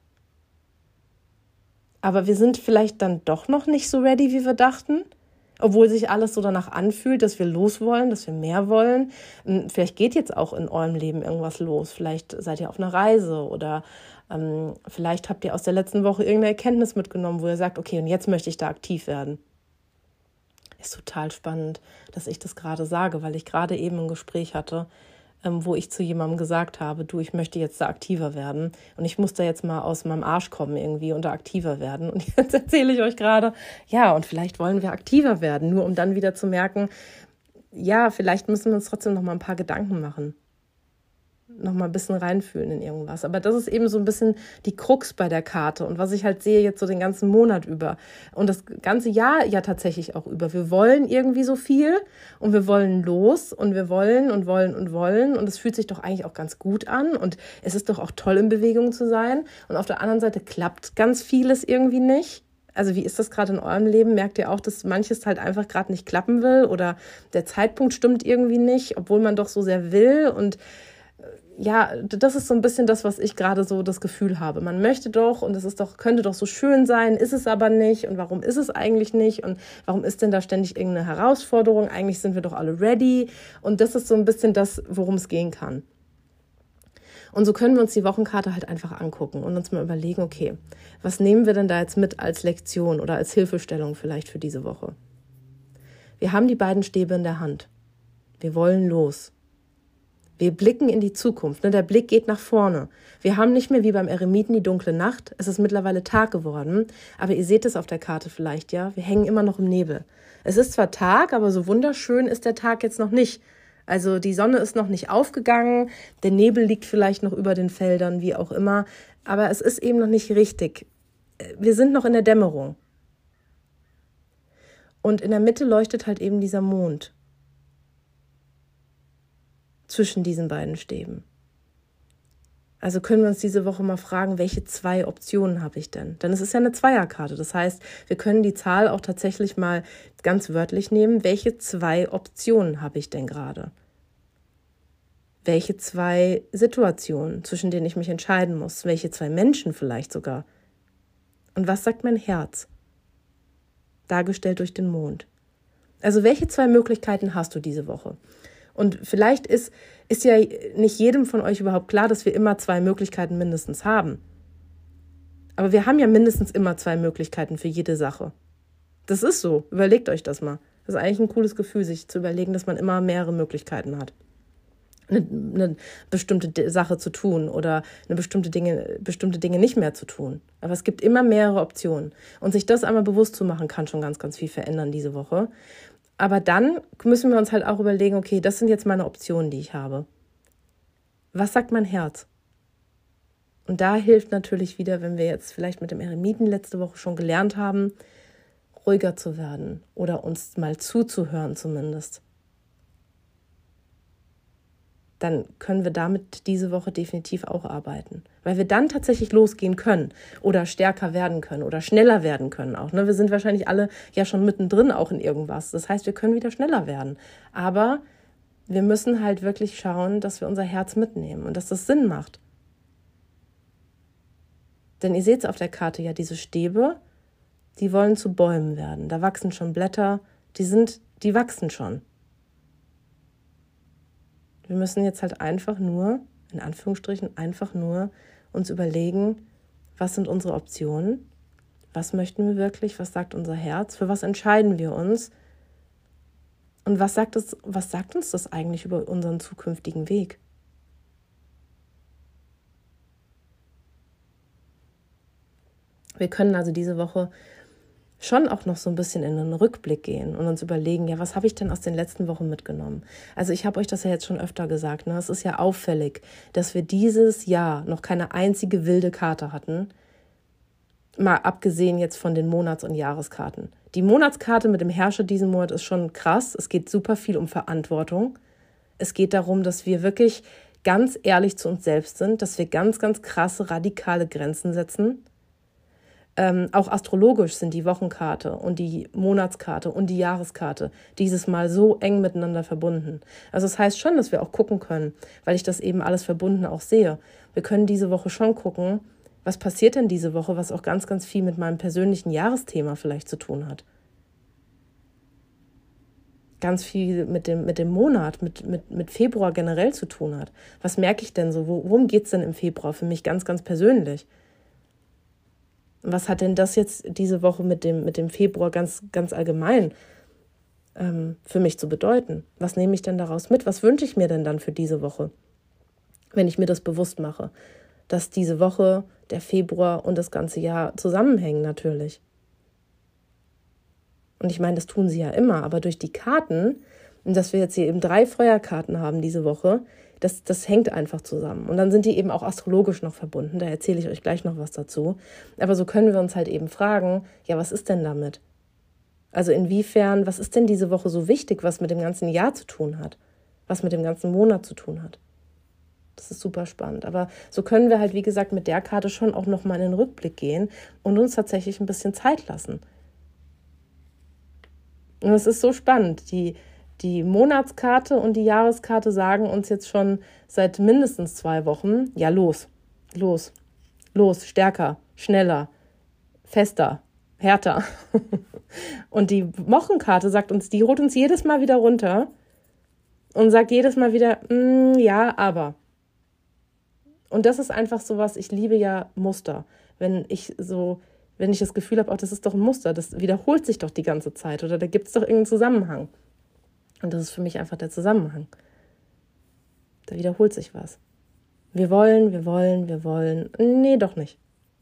Aber wir sind vielleicht dann doch noch nicht so ready, wie wir dachten, obwohl sich alles so danach anfühlt, dass wir los wollen, dass wir mehr wollen. Vielleicht geht jetzt auch in eurem Leben irgendwas los. Vielleicht seid ihr auf einer Reise oder ähm, vielleicht habt ihr aus der letzten Woche irgendeine Erkenntnis mitgenommen, wo ihr sagt, okay, und jetzt möchte ich da aktiv werden. Ist total spannend, dass ich das gerade sage, weil ich gerade eben ein Gespräch hatte, ähm, wo ich zu jemandem gesagt habe, du, ich möchte jetzt da aktiver werden und ich muss da jetzt mal aus meinem Arsch kommen irgendwie und da aktiver werden. Und jetzt erzähle ich euch gerade, ja, und vielleicht wollen wir aktiver werden, nur um dann wieder zu merken, ja, vielleicht müssen wir uns trotzdem noch mal ein paar Gedanken machen. Noch mal ein bisschen reinfühlen in irgendwas. Aber das ist eben so ein bisschen die Krux bei der Karte und was ich halt sehe jetzt so den ganzen Monat über und das ganze Jahr ja tatsächlich auch über. Wir wollen irgendwie so viel und wir wollen los und wir wollen und wollen und wollen und es fühlt sich doch eigentlich auch ganz gut an und es ist doch auch toll, in Bewegung zu sein und auf der anderen Seite klappt ganz vieles irgendwie nicht. Also wie ist das gerade in eurem Leben? Merkt ihr auch, dass manches halt einfach gerade nicht klappen will oder der Zeitpunkt stimmt irgendwie nicht, obwohl man doch so sehr will und ja, das ist so ein bisschen das, was ich gerade so das Gefühl habe. Man möchte doch und es ist doch, könnte doch so schön sein, ist es aber nicht. Und warum ist es eigentlich nicht? Und warum ist denn da ständig irgendeine Herausforderung? Eigentlich sind wir doch alle ready. Und das ist so ein bisschen das, worum es gehen kann. Und so können wir uns die Wochenkarte halt einfach angucken und uns mal überlegen, okay, was nehmen wir denn da jetzt mit als Lektion oder als Hilfestellung vielleicht für diese Woche? Wir haben die beiden Stäbe in der Hand. Wir wollen los. Wir blicken in die Zukunft, ne? Der Blick geht nach vorne. Wir haben nicht mehr wie beim Eremiten die dunkle Nacht. Es ist mittlerweile Tag geworden, aber ihr seht es auf der Karte vielleicht, ja. Wir hängen immer noch im Nebel. Es ist zwar Tag, aber so wunderschön ist der Tag jetzt noch nicht. Also die Sonne ist noch nicht aufgegangen, der Nebel liegt vielleicht noch über den Feldern, wie auch immer. Aber es ist eben noch nicht richtig. Wir sind noch in der Dämmerung. Und in der Mitte leuchtet halt eben dieser Mond. Zwischen diesen beiden Stäben. Also können wir uns diese Woche mal fragen, welche zwei Optionen habe ich denn? Denn es ist ja eine Zweierkarte. Das heißt, wir können die Zahl auch tatsächlich mal ganz wörtlich nehmen. Welche zwei Optionen habe ich denn gerade? Welche zwei Situationen, zwischen denen ich mich entscheiden muss? Welche zwei Menschen vielleicht sogar? Und was sagt mein Herz? Dargestellt durch den Mond. Also welche zwei Möglichkeiten hast du diese Woche? Und vielleicht ist, ist ja nicht jedem von euch überhaupt klar, dass wir immer zwei Möglichkeiten mindestens haben. Aber wir haben ja mindestens immer zwei Möglichkeiten für jede Sache. Das ist so. Überlegt euch das mal. Das ist eigentlich ein cooles Gefühl, sich zu überlegen, dass man immer mehrere Möglichkeiten hat, eine, eine bestimmte Sache zu tun oder eine bestimmte Dinge, bestimmte Dinge nicht mehr zu tun. Aber es gibt immer mehrere Optionen. Und sich das einmal bewusst zu machen, kann schon ganz, ganz viel verändern diese Woche. Aber dann müssen wir uns halt auch überlegen, okay, das sind jetzt meine Optionen, die ich habe. Was sagt mein Herz? Und da hilft natürlich wieder, wenn wir jetzt vielleicht mit dem Eremiten letzte Woche schon gelernt haben, ruhiger zu werden oder uns mal zuzuhören zumindest. Dann können wir damit diese Woche definitiv auch arbeiten. Weil wir dann tatsächlich losgehen können oder stärker werden können oder schneller werden können auch. Ne? Wir sind wahrscheinlich alle ja schon mittendrin auch in irgendwas. Das heißt, wir können wieder schneller werden. Aber wir müssen halt wirklich schauen, dass wir unser Herz mitnehmen und dass das Sinn macht. Denn ihr seht es auf der Karte ja, diese Stäbe, die wollen zu Bäumen werden. Da wachsen schon Blätter, die sind, die wachsen schon. Wir müssen jetzt halt einfach nur, in Anführungsstrichen, einfach nur uns überlegen, was sind unsere Optionen, was möchten wir wirklich, was sagt unser Herz, für was entscheiden wir uns und was sagt es, was sagt uns das eigentlich über unseren zukünftigen Weg? Wir können also diese Woche schon auch noch so ein bisschen in einen Rückblick gehen und uns überlegen, ja, was habe ich denn aus den letzten Wochen mitgenommen? Also ich habe euch das ja jetzt schon öfter gesagt, ne? Es ist ja auffällig, dass wir dieses Jahr noch keine einzige wilde Karte hatten, mal abgesehen jetzt von den Monats- und Jahreskarten. Die Monatskarte mit dem Herrscher diesen Monat ist schon krass. Es geht super viel um Verantwortung. Es geht darum, dass wir wirklich ganz ehrlich zu uns selbst sind, dass wir ganz, ganz krasse, radikale Grenzen setzen. Ähm, auch astrologisch sind die Wochenkarte und die Monatskarte und die Jahreskarte dieses Mal so eng miteinander verbunden. Also das heißt schon, dass wir auch gucken können, weil ich das eben alles verbunden auch sehe. Wir können diese Woche schon gucken, was passiert denn diese Woche, was auch ganz, ganz viel mit meinem persönlichen Jahresthema vielleicht zu tun hat. Ganz viel mit dem, mit dem Monat, mit, mit, mit Februar generell zu tun hat. Was merke ich denn so? Worum geht es denn im Februar für mich ganz, ganz persönlich? Was hat denn das jetzt diese Woche mit dem, mit dem Februar ganz, ganz allgemein ähm, für mich zu bedeuten? Was nehme ich denn daraus mit? Was wünsche ich mir denn dann für diese Woche, wenn ich mir das bewusst mache, dass diese Woche, der Februar und das ganze Jahr zusammenhängen natürlich? Und ich meine, das tun sie ja immer, aber durch die Karten, und dass wir jetzt hier eben drei Feuerkarten haben diese Woche, das, das hängt einfach zusammen. Und dann sind die eben auch astrologisch noch verbunden, da erzähle ich euch gleich noch was dazu. Aber so können wir uns halt eben fragen, ja, was ist denn damit? Also inwiefern, was ist denn diese Woche so wichtig, was mit dem ganzen Jahr zu tun hat? Was mit dem ganzen Monat zu tun hat? Das ist super spannend. Aber so können wir halt, wie gesagt, mit der Karte schon auch nochmal in den Rückblick gehen und uns tatsächlich ein bisschen Zeit lassen. Und es ist so spannend, die Die Monatskarte und die Jahreskarte sagen uns jetzt schon seit mindestens zwei Wochen, ja los, los, los, stärker, schneller, fester, härter. Und die Wochenkarte sagt uns, die holt uns jedes Mal wieder runter und sagt jedes Mal wieder, mm, ja, aber. Und das ist einfach sowas, ich liebe ja Muster. Wenn ich so, wenn ich das Gefühl habe, auch das ist doch ein Muster, das wiederholt sich doch die ganze Zeit oder da gibt es doch irgendeinen Zusammenhang. Und das ist für mich einfach der Zusammenhang. Da wiederholt sich was. Wir wollen, wir wollen, wir wollen. Nee, doch nicht.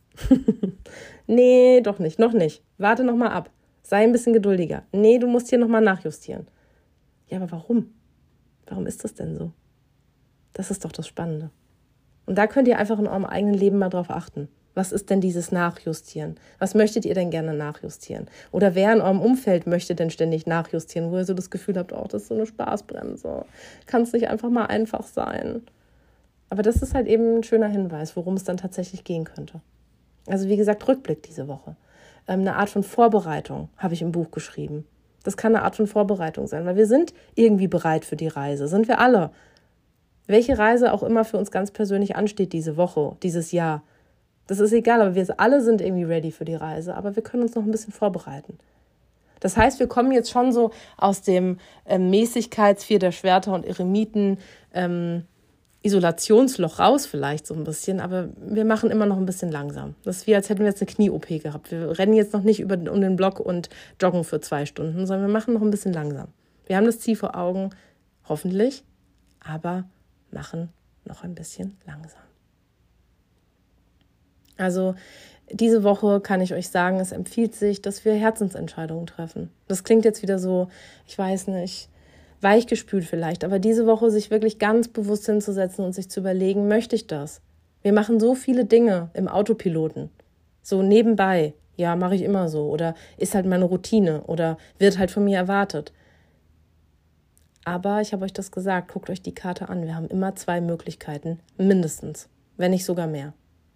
Nee, doch nicht, noch nicht. Warte noch mal ab. Sei ein bisschen geduldiger. Nee, du musst hier noch mal nachjustieren. Ja, aber warum? Warum ist das denn so? Das ist doch das Spannende. Und da könnt ihr einfach in eurem eigenen Leben mal drauf achten. Was ist denn dieses Nachjustieren? Was möchtet ihr denn gerne nachjustieren? Oder wer in eurem Umfeld möchte denn ständig nachjustieren, wo ihr so das Gefühl habt, oh, das ist so eine Spaßbremse. Kann es nicht einfach mal einfach sein? Aber das ist halt eben ein schöner Hinweis, worum es dann tatsächlich gehen könnte. Also wie gesagt, Rückblick diese Woche. Ähm, eine Art von Vorbereitung habe ich im Buch geschrieben. Das kann eine Art von Vorbereitung sein, weil wir sind irgendwie bereit für die Reise. Sind wir alle. Welche Reise auch immer für uns ganz persönlich ansteht diese Woche, dieses Jahr. Das ist egal, aber wir alle sind irgendwie ready für die Reise, aber wir können uns noch ein bisschen vorbereiten. Das heißt, wir kommen jetzt schon so aus dem ähm, Mäßigkeitsvier der Schwerter und Eremiten ähm, Isolationsloch raus vielleicht so ein bisschen, aber wir machen immer noch ein bisschen langsam. Das ist wie, als hätten wir jetzt eine Knie-O P gehabt. Wir rennen jetzt noch nicht über, um den Block und joggen für zwei Stunden, sondern wir machen noch ein bisschen langsam. Wir haben das Ziel vor Augen, hoffentlich, aber machen noch ein bisschen langsam. Also diese Woche kann ich euch sagen, es empfiehlt sich, dass wir Herzensentscheidungen treffen. Das klingt jetzt wieder so, ich weiß nicht, weichgespült vielleicht, aber diese Woche sich wirklich ganz bewusst hinzusetzen und sich zu überlegen, möchte ich das? Wir machen so viele Dinge im Autopiloten, so nebenbei, ja, mache ich immer so oder ist halt meine Routine oder wird halt von mir erwartet. Aber ich habe euch das gesagt, guckt euch die Karte an, wir haben immer zwei Möglichkeiten, mindestens, wenn nicht sogar mehr.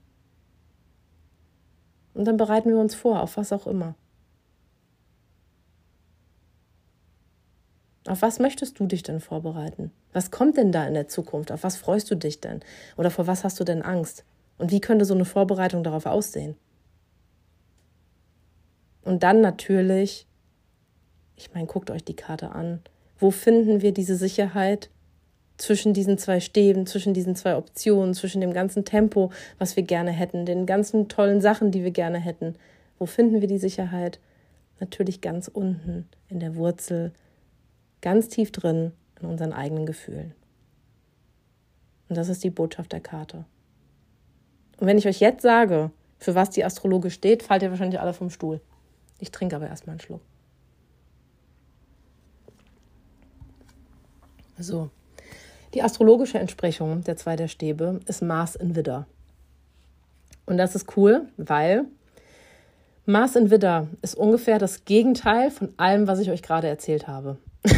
Und dann bereiten wir uns vor, auf was auch immer. Auf was möchtest du dich denn vorbereiten? Was kommt denn da in der Zukunft? Auf was freust du dich denn? Oder vor was hast du denn Angst? Und wie könnte so eine Vorbereitung darauf aussehen? Und dann natürlich, ich meine, guckt euch die Karte an. Wo finden wir diese Sicherheit zwischen diesen zwei Stäben, zwischen diesen zwei Optionen, zwischen dem ganzen Tempo, was wir gerne hätten, den ganzen tollen Sachen, die wir gerne hätten? Wo finden wir die Sicherheit? Natürlich ganz unten in der Wurzel, ganz tief drin in unseren eigenen Gefühlen. Und das ist die Botschaft der Karte. Und wenn ich euch jetzt sage, für was die Astrologe steht, fallt ihr wahrscheinlich alle vom Stuhl. Ich trinke aber erstmal einen Schluck. So, die astrologische Entsprechung der zwei der Stäbe ist Mars in Widder. Und das ist cool, weil Mars in Widder ist ungefähr das Gegenteil von allem, was ich euch gerade erzählt habe.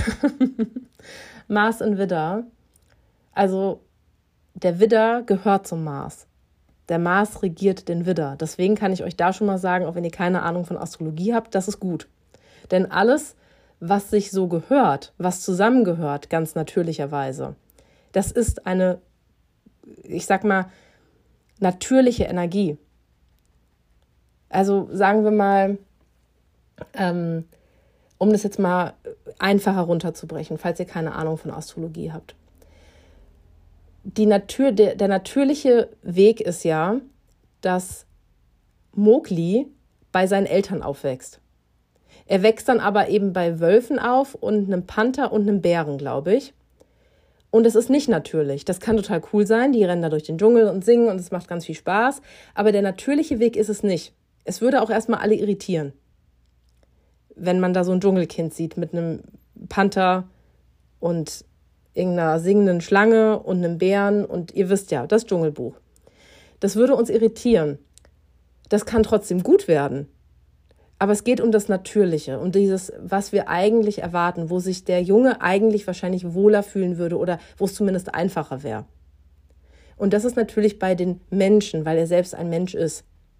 Mars in Widder, also der Widder gehört zum Mars. Der Mars regiert den Widder. Deswegen kann ich euch da schon mal sagen, auch wenn ihr keine Ahnung von Astrologie habt, das ist gut. Denn alles, was sich so gehört, was zusammengehört, ganz natürlicherweise, das ist eine, ich sag mal, natürliche Energie. Also sagen wir mal, ähm, um das jetzt mal einfacher runterzubrechen, falls ihr keine Ahnung von Astrologie habt. Die Natur, der, der natürliche Weg ist ja, dass Mowgli bei seinen Eltern aufwächst. Er wächst dann aber eben bei Wölfen auf und einem Panther und einem Bären, glaube ich. Und es ist nicht natürlich. Das kann total cool sein. Die rennen da durch den Dschungel und singen und es macht ganz viel Spaß. Aber der natürliche Weg ist es nicht. Es würde auch erstmal alle irritieren, wenn man da so ein Dschungelkind sieht mit einem Panther und irgendeiner singenden Schlange und einem Bären und ihr wisst ja, das Dschungelbuch. Das würde uns irritieren. Das kann trotzdem gut werden. Aber es geht um das Natürliche, um dieses, was wir eigentlich erwarten, wo sich der Junge eigentlich wahrscheinlich wohler fühlen würde oder wo es zumindest einfacher wäre. Und das ist natürlich bei den Menschen, weil er selbst ein Mensch ist.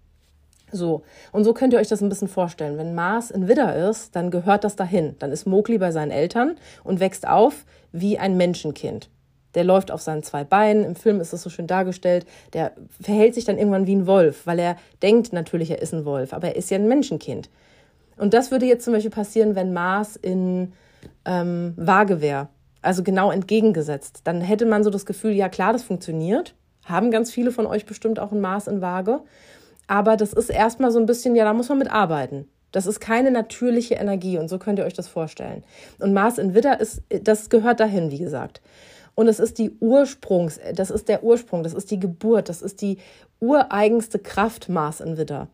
So, und so könnt ihr euch das ein bisschen vorstellen. Wenn Mars in Widder ist, dann gehört das dahin. Dann ist Mowgli bei seinen Eltern und wächst auf wie ein Menschenkind. Der läuft auf seinen zwei Beinen, im Film ist das so schön dargestellt, der verhält sich dann irgendwann wie ein Wolf, weil er denkt natürlich, er ist ein Wolf, aber er ist ja ein Menschenkind. Und das würde jetzt zum Beispiel passieren, wenn Mars in ähm, Waage wäre, also genau entgegengesetzt. Dann hätte man so das Gefühl, ja klar, das funktioniert, haben ganz viele von euch bestimmt auch ein Mars in Waage, aber das ist erstmal so ein bisschen, ja, da muss man mit arbeiten. Das ist keine natürliche Energie und so könnt ihr euch das vorstellen. Und Mars in Widder, ist, das gehört dahin, wie gesagt. Und es ist die Ursprungs, das ist der Ursprung, das ist die Geburt, das ist die ureigenste Kraft Mars in Widder.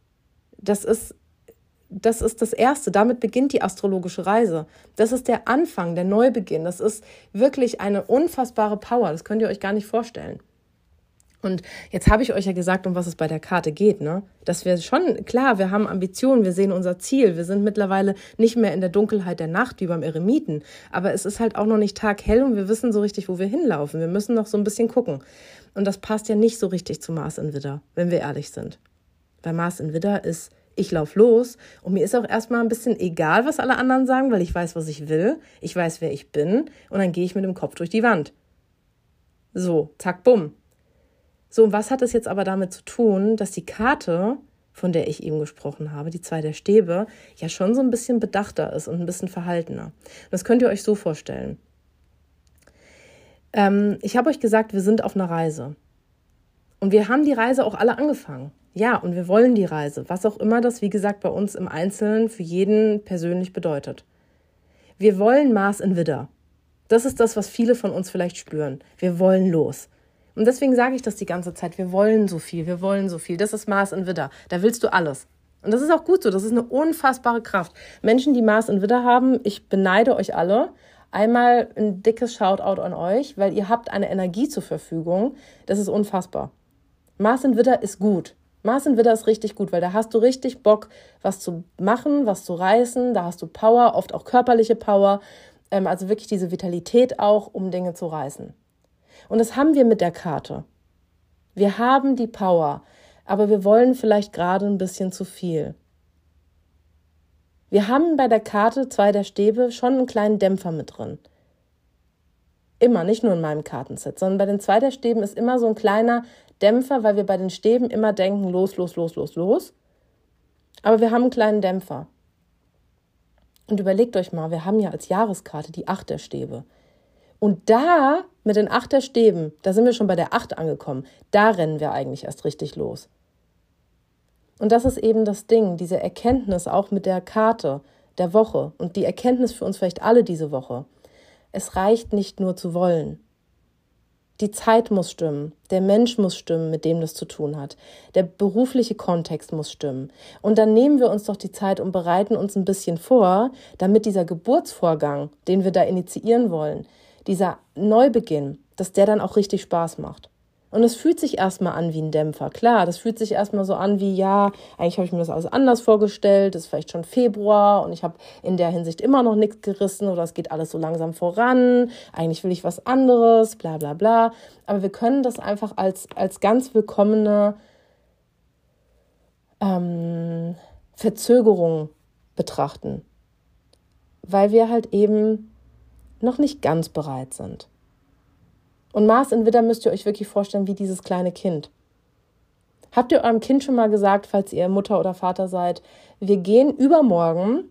Das ist, das ist das Erste, damit beginnt die astrologische Reise. Das ist der Anfang, der Neubeginn. Das ist wirklich eine unfassbare Power, das könnt ihr euch gar nicht vorstellen. Und jetzt habe ich euch ja gesagt, um was es bei der Karte geht, ne? Dass wir schon, klar, wir haben Ambitionen, wir sehen unser Ziel, wir sind mittlerweile nicht mehr in der Dunkelheit der Nacht wie beim Eremiten, aber es ist halt auch noch nicht taghell und wir wissen so richtig, wo wir hinlaufen. Wir müssen noch so ein bisschen gucken. Und das passt ja nicht so richtig zu Mars in Widder, wenn wir ehrlich sind. Weil Mars in Widder ist, ich laufe los und mir ist auch erstmal ein bisschen egal, was alle anderen sagen, weil ich weiß, was ich will, ich weiß, wer ich bin und dann gehe ich mit dem Kopf durch die Wand. So, zack, bumm. So, und was hat es jetzt aber damit zu tun, dass die Karte, von der ich eben gesprochen habe, die zwei der Stäbe, ja schon so ein bisschen bedachter ist und ein bisschen verhaltener. Und das könnt ihr euch so vorstellen. Ähm, ich habe euch gesagt, wir sind auf einer Reise. Und wir haben die Reise auch alle angefangen. Ja, und wir wollen die Reise, was auch immer das, wie gesagt, bei uns im Einzelnen für jeden persönlich bedeutet. Wir wollen Mars in Widder. Das ist das, was viele von uns vielleicht spüren. Wir wollen los. Und deswegen sage ich das die ganze Zeit, wir wollen so viel, wir wollen so viel. Das ist Mars in Widder, da willst du alles. Und das ist auch gut so, das ist eine unfassbare Kraft. Menschen, die Mars in Widder haben, ich beneide euch alle. Einmal ein dickes Shoutout an euch, weil ihr habt eine Energie zur Verfügung, das ist unfassbar. Mars in Widder ist gut. Mars in Widder ist richtig gut, weil da hast du richtig Bock, was zu machen, was zu reißen, da hast du Power, oft auch körperliche Power, ähm, also wirklich diese Vitalität auch, um Dinge zu reißen. Und das haben wir mit der Karte. Wir haben die Power, aber wir wollen vielleicht gerade ein bisschen zu viel. Wir haben bei der Karte zwei der Stäbe schon einen kleinen Dämpfer mit drin. Immer, nicht nur in meinem Kartenset, sondern bei den zwei der Stäben ist immer so ein kleiner Dämpfer, weil wir bei den Stäben immer denken, los, los, los, los, los. Aber wir haben einen kleinen Dämpfer. Und überlegt euch mal, wir haben ja als Jahreskarte die acht der Stäbe. Und da, mit den acht der Stäben, da sind wir schon bei der acht angekommen. Da rennen wir eigentlich erst richtig los. Und das ist eben das Ding, diese Erkenntnis auch mit der Karte der Woche und die Erkenntnis für uns vielleicht alle diese Woche. Es reicht nicht nur zu wollen. Die Zeit muss stimmen, der Mensch muss stimmen, mit dem das zu tun hat. Der berufliche Kontext muss stimmen. Und dann nehmen wir uns doch die Zeit und bereiten uns ein bisschen vor, damit dieser Geburtsvorgang, den wir da initiieren wollen, dieser Neubeginn, dass der dann auch richtig Spaß macht. Und es fühlt sich erstmal an wie ein Dämpfer. Klar, das fühlt sich erstmal so an wie, ja, eigentlich habe ich mir das alles anders vorgestellt, es ist vielleicht schon Februar und ich habe in der Hinsicht immer noch nichts gerissen oder es geht alles so langsam voran, eigentlich will ich was anderes, bla bla bla. Aber wir können das einfach als, als ganz willkommene ähm, Verzögerung betrachten, weil wir halt eben noch nicht ganz bereit sind. Und Mars in Widder müsst ihr euch wirklich vorstellen wie dieses kleine Kind. Habt ihr eurem Kind schon mal gesagt, falls ihr Mutter oder Vater seid, wir gehen übermorgen,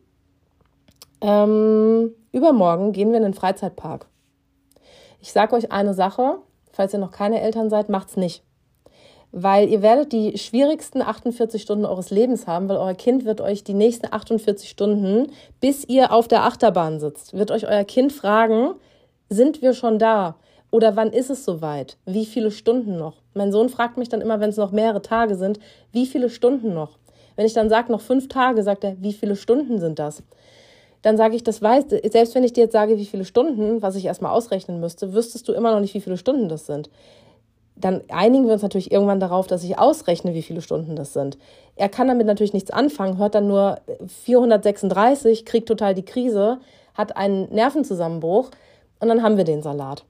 ähm, übermorgen gehen wir in den Freizeitpark. Ich sage euch eine Sache, falls ihr noch keine Eltern seid, macht's nicht. Weil ihr werdet die schwierigsten achtundvierzig Stunden eures Lebens haben, weil euer Kind wird euch die nächsten achtundvierzig Stunden, bis ihr auf der Achterbahn sitzt, wird euch euer Kind fragen, sind wir schon da? Oder wann ist es soweit? Wie viele Stunden noch? Mein Sohn fragt mich dann immer, wenn es noch mehrere Tage sind, wie viele Stunden noch? Wenn ich dann sage, noch fünf Tage, sagt er, wie viele Stunden sind das? Dann sage ich, das weiß, selbst wenn ich dir jetzt sage, wie viele Stunden, was ich erstmal ausrechnen müsste, wüsstest du immer noch nicht, wie viele Stunden das sind. Dann einigen wir uns natürlich irgendwann darauf, dass ich ausrechne, wie viele Stunden das sind. Er kann damit natürlich nichts anfangen, hört dann nur vierhundertsechsunddreißig, kriegt total die Krise, hat einen Nervenzusammenbruch und dann haben wir den Salat.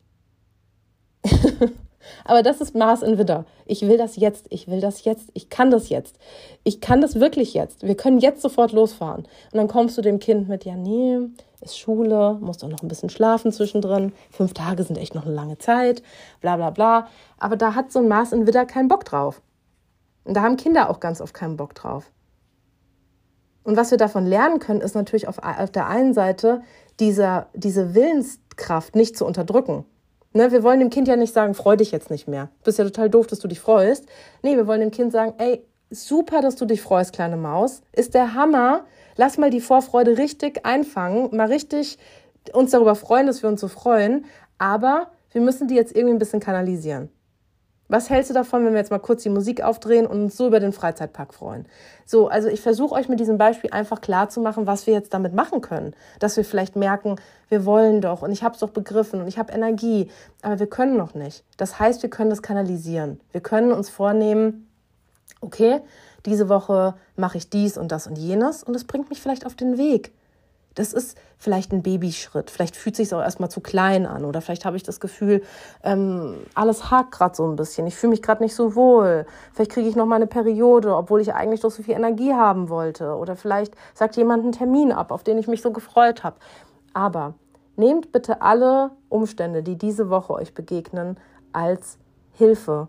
Aber das ist Mars in Widder. Ich will das jetzt, ich will das jetzt, ich kann das jetzt. Ich kann das wirklich jetzt. Wir können jetzt sofort losfahren. Und dann kommst du dem Kind mit, ja nee, ist Schule, musst doch noch ein bisschen schlafen zwischendrin. Fünf Tage sind echt noch eine lange Zeit, bla bla bla. Aber da hat so ein Mars in Widder keinen Bock drauf. Und da haben Kinder auch ganz oft keinen Bock drauf. Und was wir davon lernen können, ist natürlich auf, auf der einen Seite dieser, diese Willenskraft nicht zu unterdrücken. Ne, wir wollen dem Kind ja nicht sagen, freu dich jetzt nicht mehr. Du bist ja total doof, dass du dich freust. Nee, wir wollen dem Kind sagen, ey, super, dass du dich freust, kleine Maus. Ist der Hammer. Lass mal die Vorfreude richtig einfangen. Mal richtig uns darüber freuen, dass wir uns so freuen. Aber wir müssen die jetzt irgendwie ein bisschen kanalisieren. Was hältst du davon, wenn wir jetzt mal kurz die Musik aufdrehen und uns so über den Freizeitpark freuen? So, also ich versuche euch mit diesem Beispiel einfach klarzumachen, was wir jetzt damit machen können. Dass wir vielleicht merken, wir wollen doch und ich habe es doch begriffen und ich habe Energie, aber wir können noch nicht. Das heißt, wir können das kanalisieren. Wir können uns vornehmen, okay, diese Woche mache ich dies und das und jenes und es bringt mich vielleicht auf den Weg. Das ist vielleicht ein Babyschritt. Vielleicht fühlt es sich auch erstmal zu klein an. Oder vielleicht habe ich das Gefühl, ähm, alles hakt gerade so ein bisschen. Ich fühle mich gerade nicht so wohl. Vielleicht kriege ich noch mal eine Periode, obwohl ich eigentlich doch so viel Energie haben wollte. Oder vielleicht sagt jemand einen Termin ab, auf den ich mich so gefreut habe. Aber nehmt bitte alle Umstände, die diese Woche euch begegnen, als Hilfe.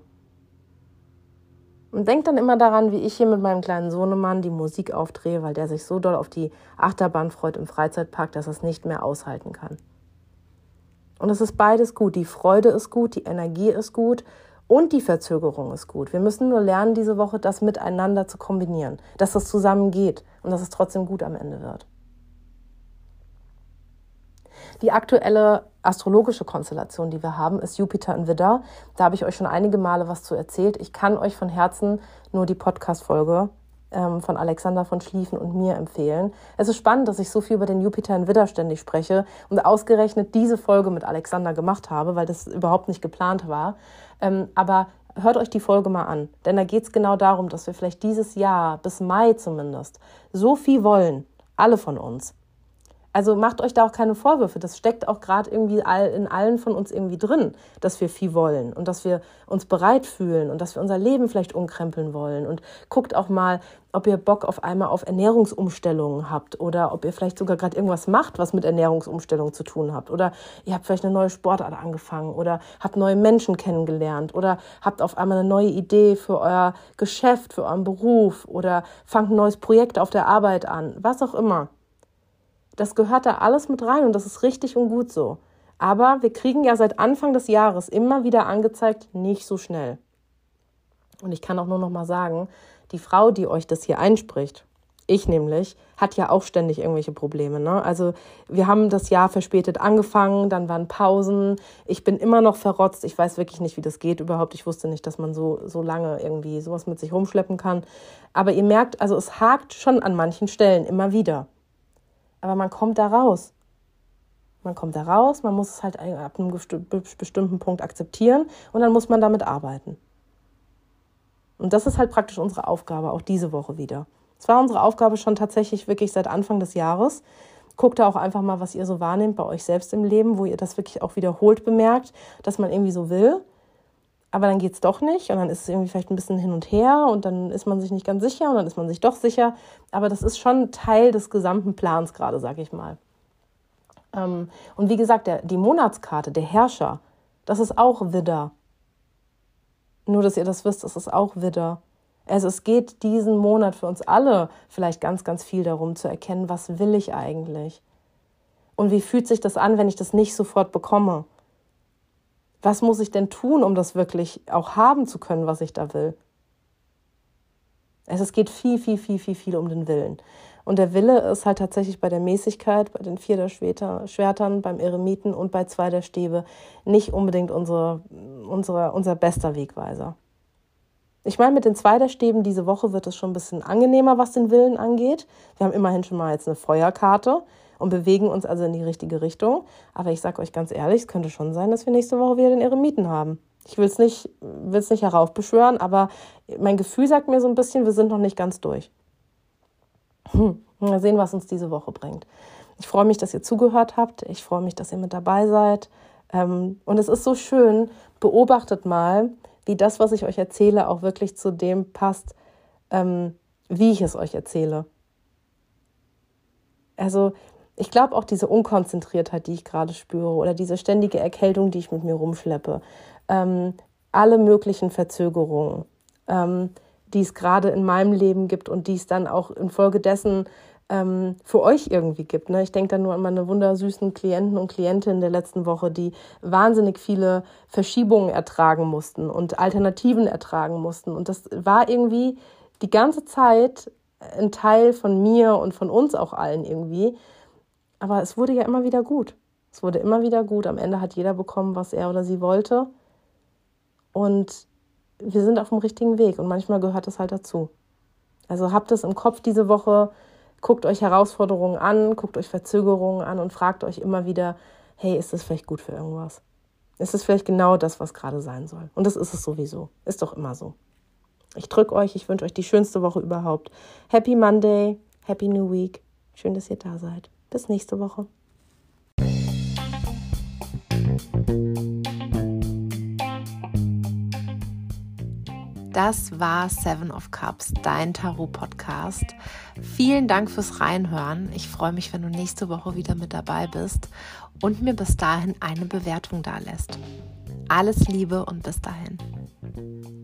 Und denkt dann immer daran, wie ich hier mit meinem kleinen Sohnemann die Musik aufdrehe, weil der sich so doll auf die Achterbahn freut im Freizeitpark, dass er es nicht mehr aushalten kann. Und es ist beides gut. Die Freude ist gut, die Energie ist gut und die Verzögerung ist gut. Wir müssen nur lernen, diese Woche das miteinander zu kombinieren, dass das zusammen geht und dass es trotzdem gut am Ende wird. Die aktuelle astrologische Konstellation, die wir haben, ist Jupiter in Widder. Da habe ich euch schon einige Male was zu erzählt. Ich kann euch von Herzen nur die Podcast-Folge ähm, von Alexander von Schlieffen und mir empfehlen. Es ist spannend, dass ich so viel über den Jupiter in Widder ständig spreche und ausgerechnet diese Folge mit Alexander gemacht habe, weil das überhaupt nicht geplant war. Ähm, aber hört euch die Folge mal an, denn da geht es genau darum, dass wir vielleicht dieses Jahr, bis Mai zumindest, so viel wollen, alle von uns. Also macht euch da auch keine Vorwürfe. Das steckt auch gerade irgendwie in allen von uns irgendwie drin, dass wir viel wollen und dass wir uns bereit fühlen und dass wir unser Leben vielleicht umkrempeln wollen. Und guckt auch mal, ob ihr Bock auf einmal auf Ernährungsumstellungen habt oder ob ihr vielleicht sogar gerade irgendwas macht, was mit Ernährungsumstellung zu tun habt. Oder ihr habt vielleicht eine neue Sportart angefangen oder habt neue Menschen kennengelernt oder habt auf einmal eine neue Idee für euer Geschäft, für euren Beruf oder fangt ein neues Projekt auf der Arbeit an, was auch immer. Das gehört da alles mit rein und das ist richtig und gut so. Aber wir kriegen ja seit Anfang des Jahres immer wieder angezeigt, nicht so schnell. Und ich kann auch nur noch mal sagen, die Frau, die euch das hier einspricht, ich nämlich, hat ja auch ständig irgendwelche Probleme. Ne? Also wir haben das Jahr verspätet angefangen, dann waren Pausen. Ich bin immer noch verrotzt. Ich weiß wirklich nicht, wie das geht überhaupt. Ich wusste nicht, dass man so, so lange irgendwie sowas mit sich rumschleppen kann. Aber ihr merkt, also es hakt schon an manchen Stellen immer wieder. Aber man kommt da raus. Man kommt da raus, man muss es halt ab einem bestimmten Punkt akzeptieren und dann muss man damit arbeiten. Und das ist halt praktisch unsere Aufgabe, auch diese Woche wieder. Es war unsere Aufgabe schon tatsächlich wirklich seit Anfang des Jahres. Guckt da auch einfach mal, was ihr so wahrnehmt bei euch selbst im Leben, wo ihr das wirklich auch wiederholt bemerkt, dass man irgendwie so will. Aber dann geht es doch nicht und dann ist es irgendwie vielleicht ein bisschen hin und her und dann ist man sich nicht ganz sicher und dann ist man sich doch sicher. Aber das ist schon Teil des gesamten Plans gerade, sag ich mal. Und wie gesagt, der, die Monatskarte, der Herrscher, das ist auch Widder. Nur, dass ihr das wisst, das ist auch Widder. Also es geht diesen Monat für uns alle vielleicht ganz, ganz viel darum zu erkennen, was will ich eigentlich? Und wie fühlt sich das an, wenn ich das nicht sofort bekomme? Was muss ich denn tun, um das wirklich auch haben zu können, was ich da will? Also es geht viel, viel, viel, viel, viel um den Willen. Und der Wille ist halt tatsächlich bei der Mäßigkeit, bei den vier der Schwertern, beim Eremiten und bei zwei der Stäbe nicht unbedingt unsere, unsere, unser bester Wegweiser. Ich meine, mit den zwei der Stäben diese Woche wird es schon ein bisschen angenehmer, was den Willen angeht. Wir haben immerhin schon mal jetzt eine Feuerkarte und bewegen uns also in die richtige Richtung. Aber ich sage euch ganz ehrlich, es könnte schon sein, dass wir nächste Woche wieder den Eremiten haben. Ich will es nicht, will's nicht heraufbeschwören, aber mein Gefühl sagt mir so ein bisschen, wir sind noch nicht ganz durch. Hm. Mal sehen, was uns diese Woche bringt. Ich freue mich, dass ihr zugehört habt. Ich freue mich, dass ihr mit dabei seid. Und es ist so schön, beobachtet mal, wie das, was ich euch erzähle, auch wirklich zu dem passt, wie ich es euch erzähle. Also ich glaube auch diese Unkonzentriertheit, die ich gerade spüre oder diese ständige Erkältung, die ich mit mir rumschleppe, ähm, alle möglichen Verzögerungen, ähm, die es gerade in meinem Leben gibt und die es dann auch infolgedessen ähm, für euch irgendwie gibt. Ne? Ich denke dann nur an meine wundersüßen Klienten und Klientinnen der letzten Woche, die wahnsinnig viele Verschiebungen ertragen mussten und Alternativen ertragen mussten. Und das war irgendwie die ganze Zeit ein Teil von mir und von uns auch allen irgendwie. Aber es wurde ja immer wieder gut. Es wurde immer wieder gut. Am Ende hat jeder bekommen, was er oder sie wollte. Und wir sind auf dem richtigen Weg. Und manchmal gehört das halt dazu. Also habt es im Kopf diese Woche. Guckt euch Herausforderungen an, guckt euch Verzögerungen an und fragt euch immer wieder, hey, ist das vielleicht gut für irgendwas? Ist es vielleicht genau das, was gerade sein soll? Und das ist es sowieso. Ist doch immer so. Ich drücke euch. Ich wünsche euch die schönste Woche überhaupt. Happy Monday. Happy New Week. Schön, dass ihr da seid. Bis nächste Woche.
Das war Seven of Cups, dein Tarot-Podcast. Vielen Dank fürs Reinhören. Ich freue mich, wenn du nächste Woche wieder mit dabei bist und mir bis dahin eine Bewertung dalässt. Alles Liebe und bis dahin.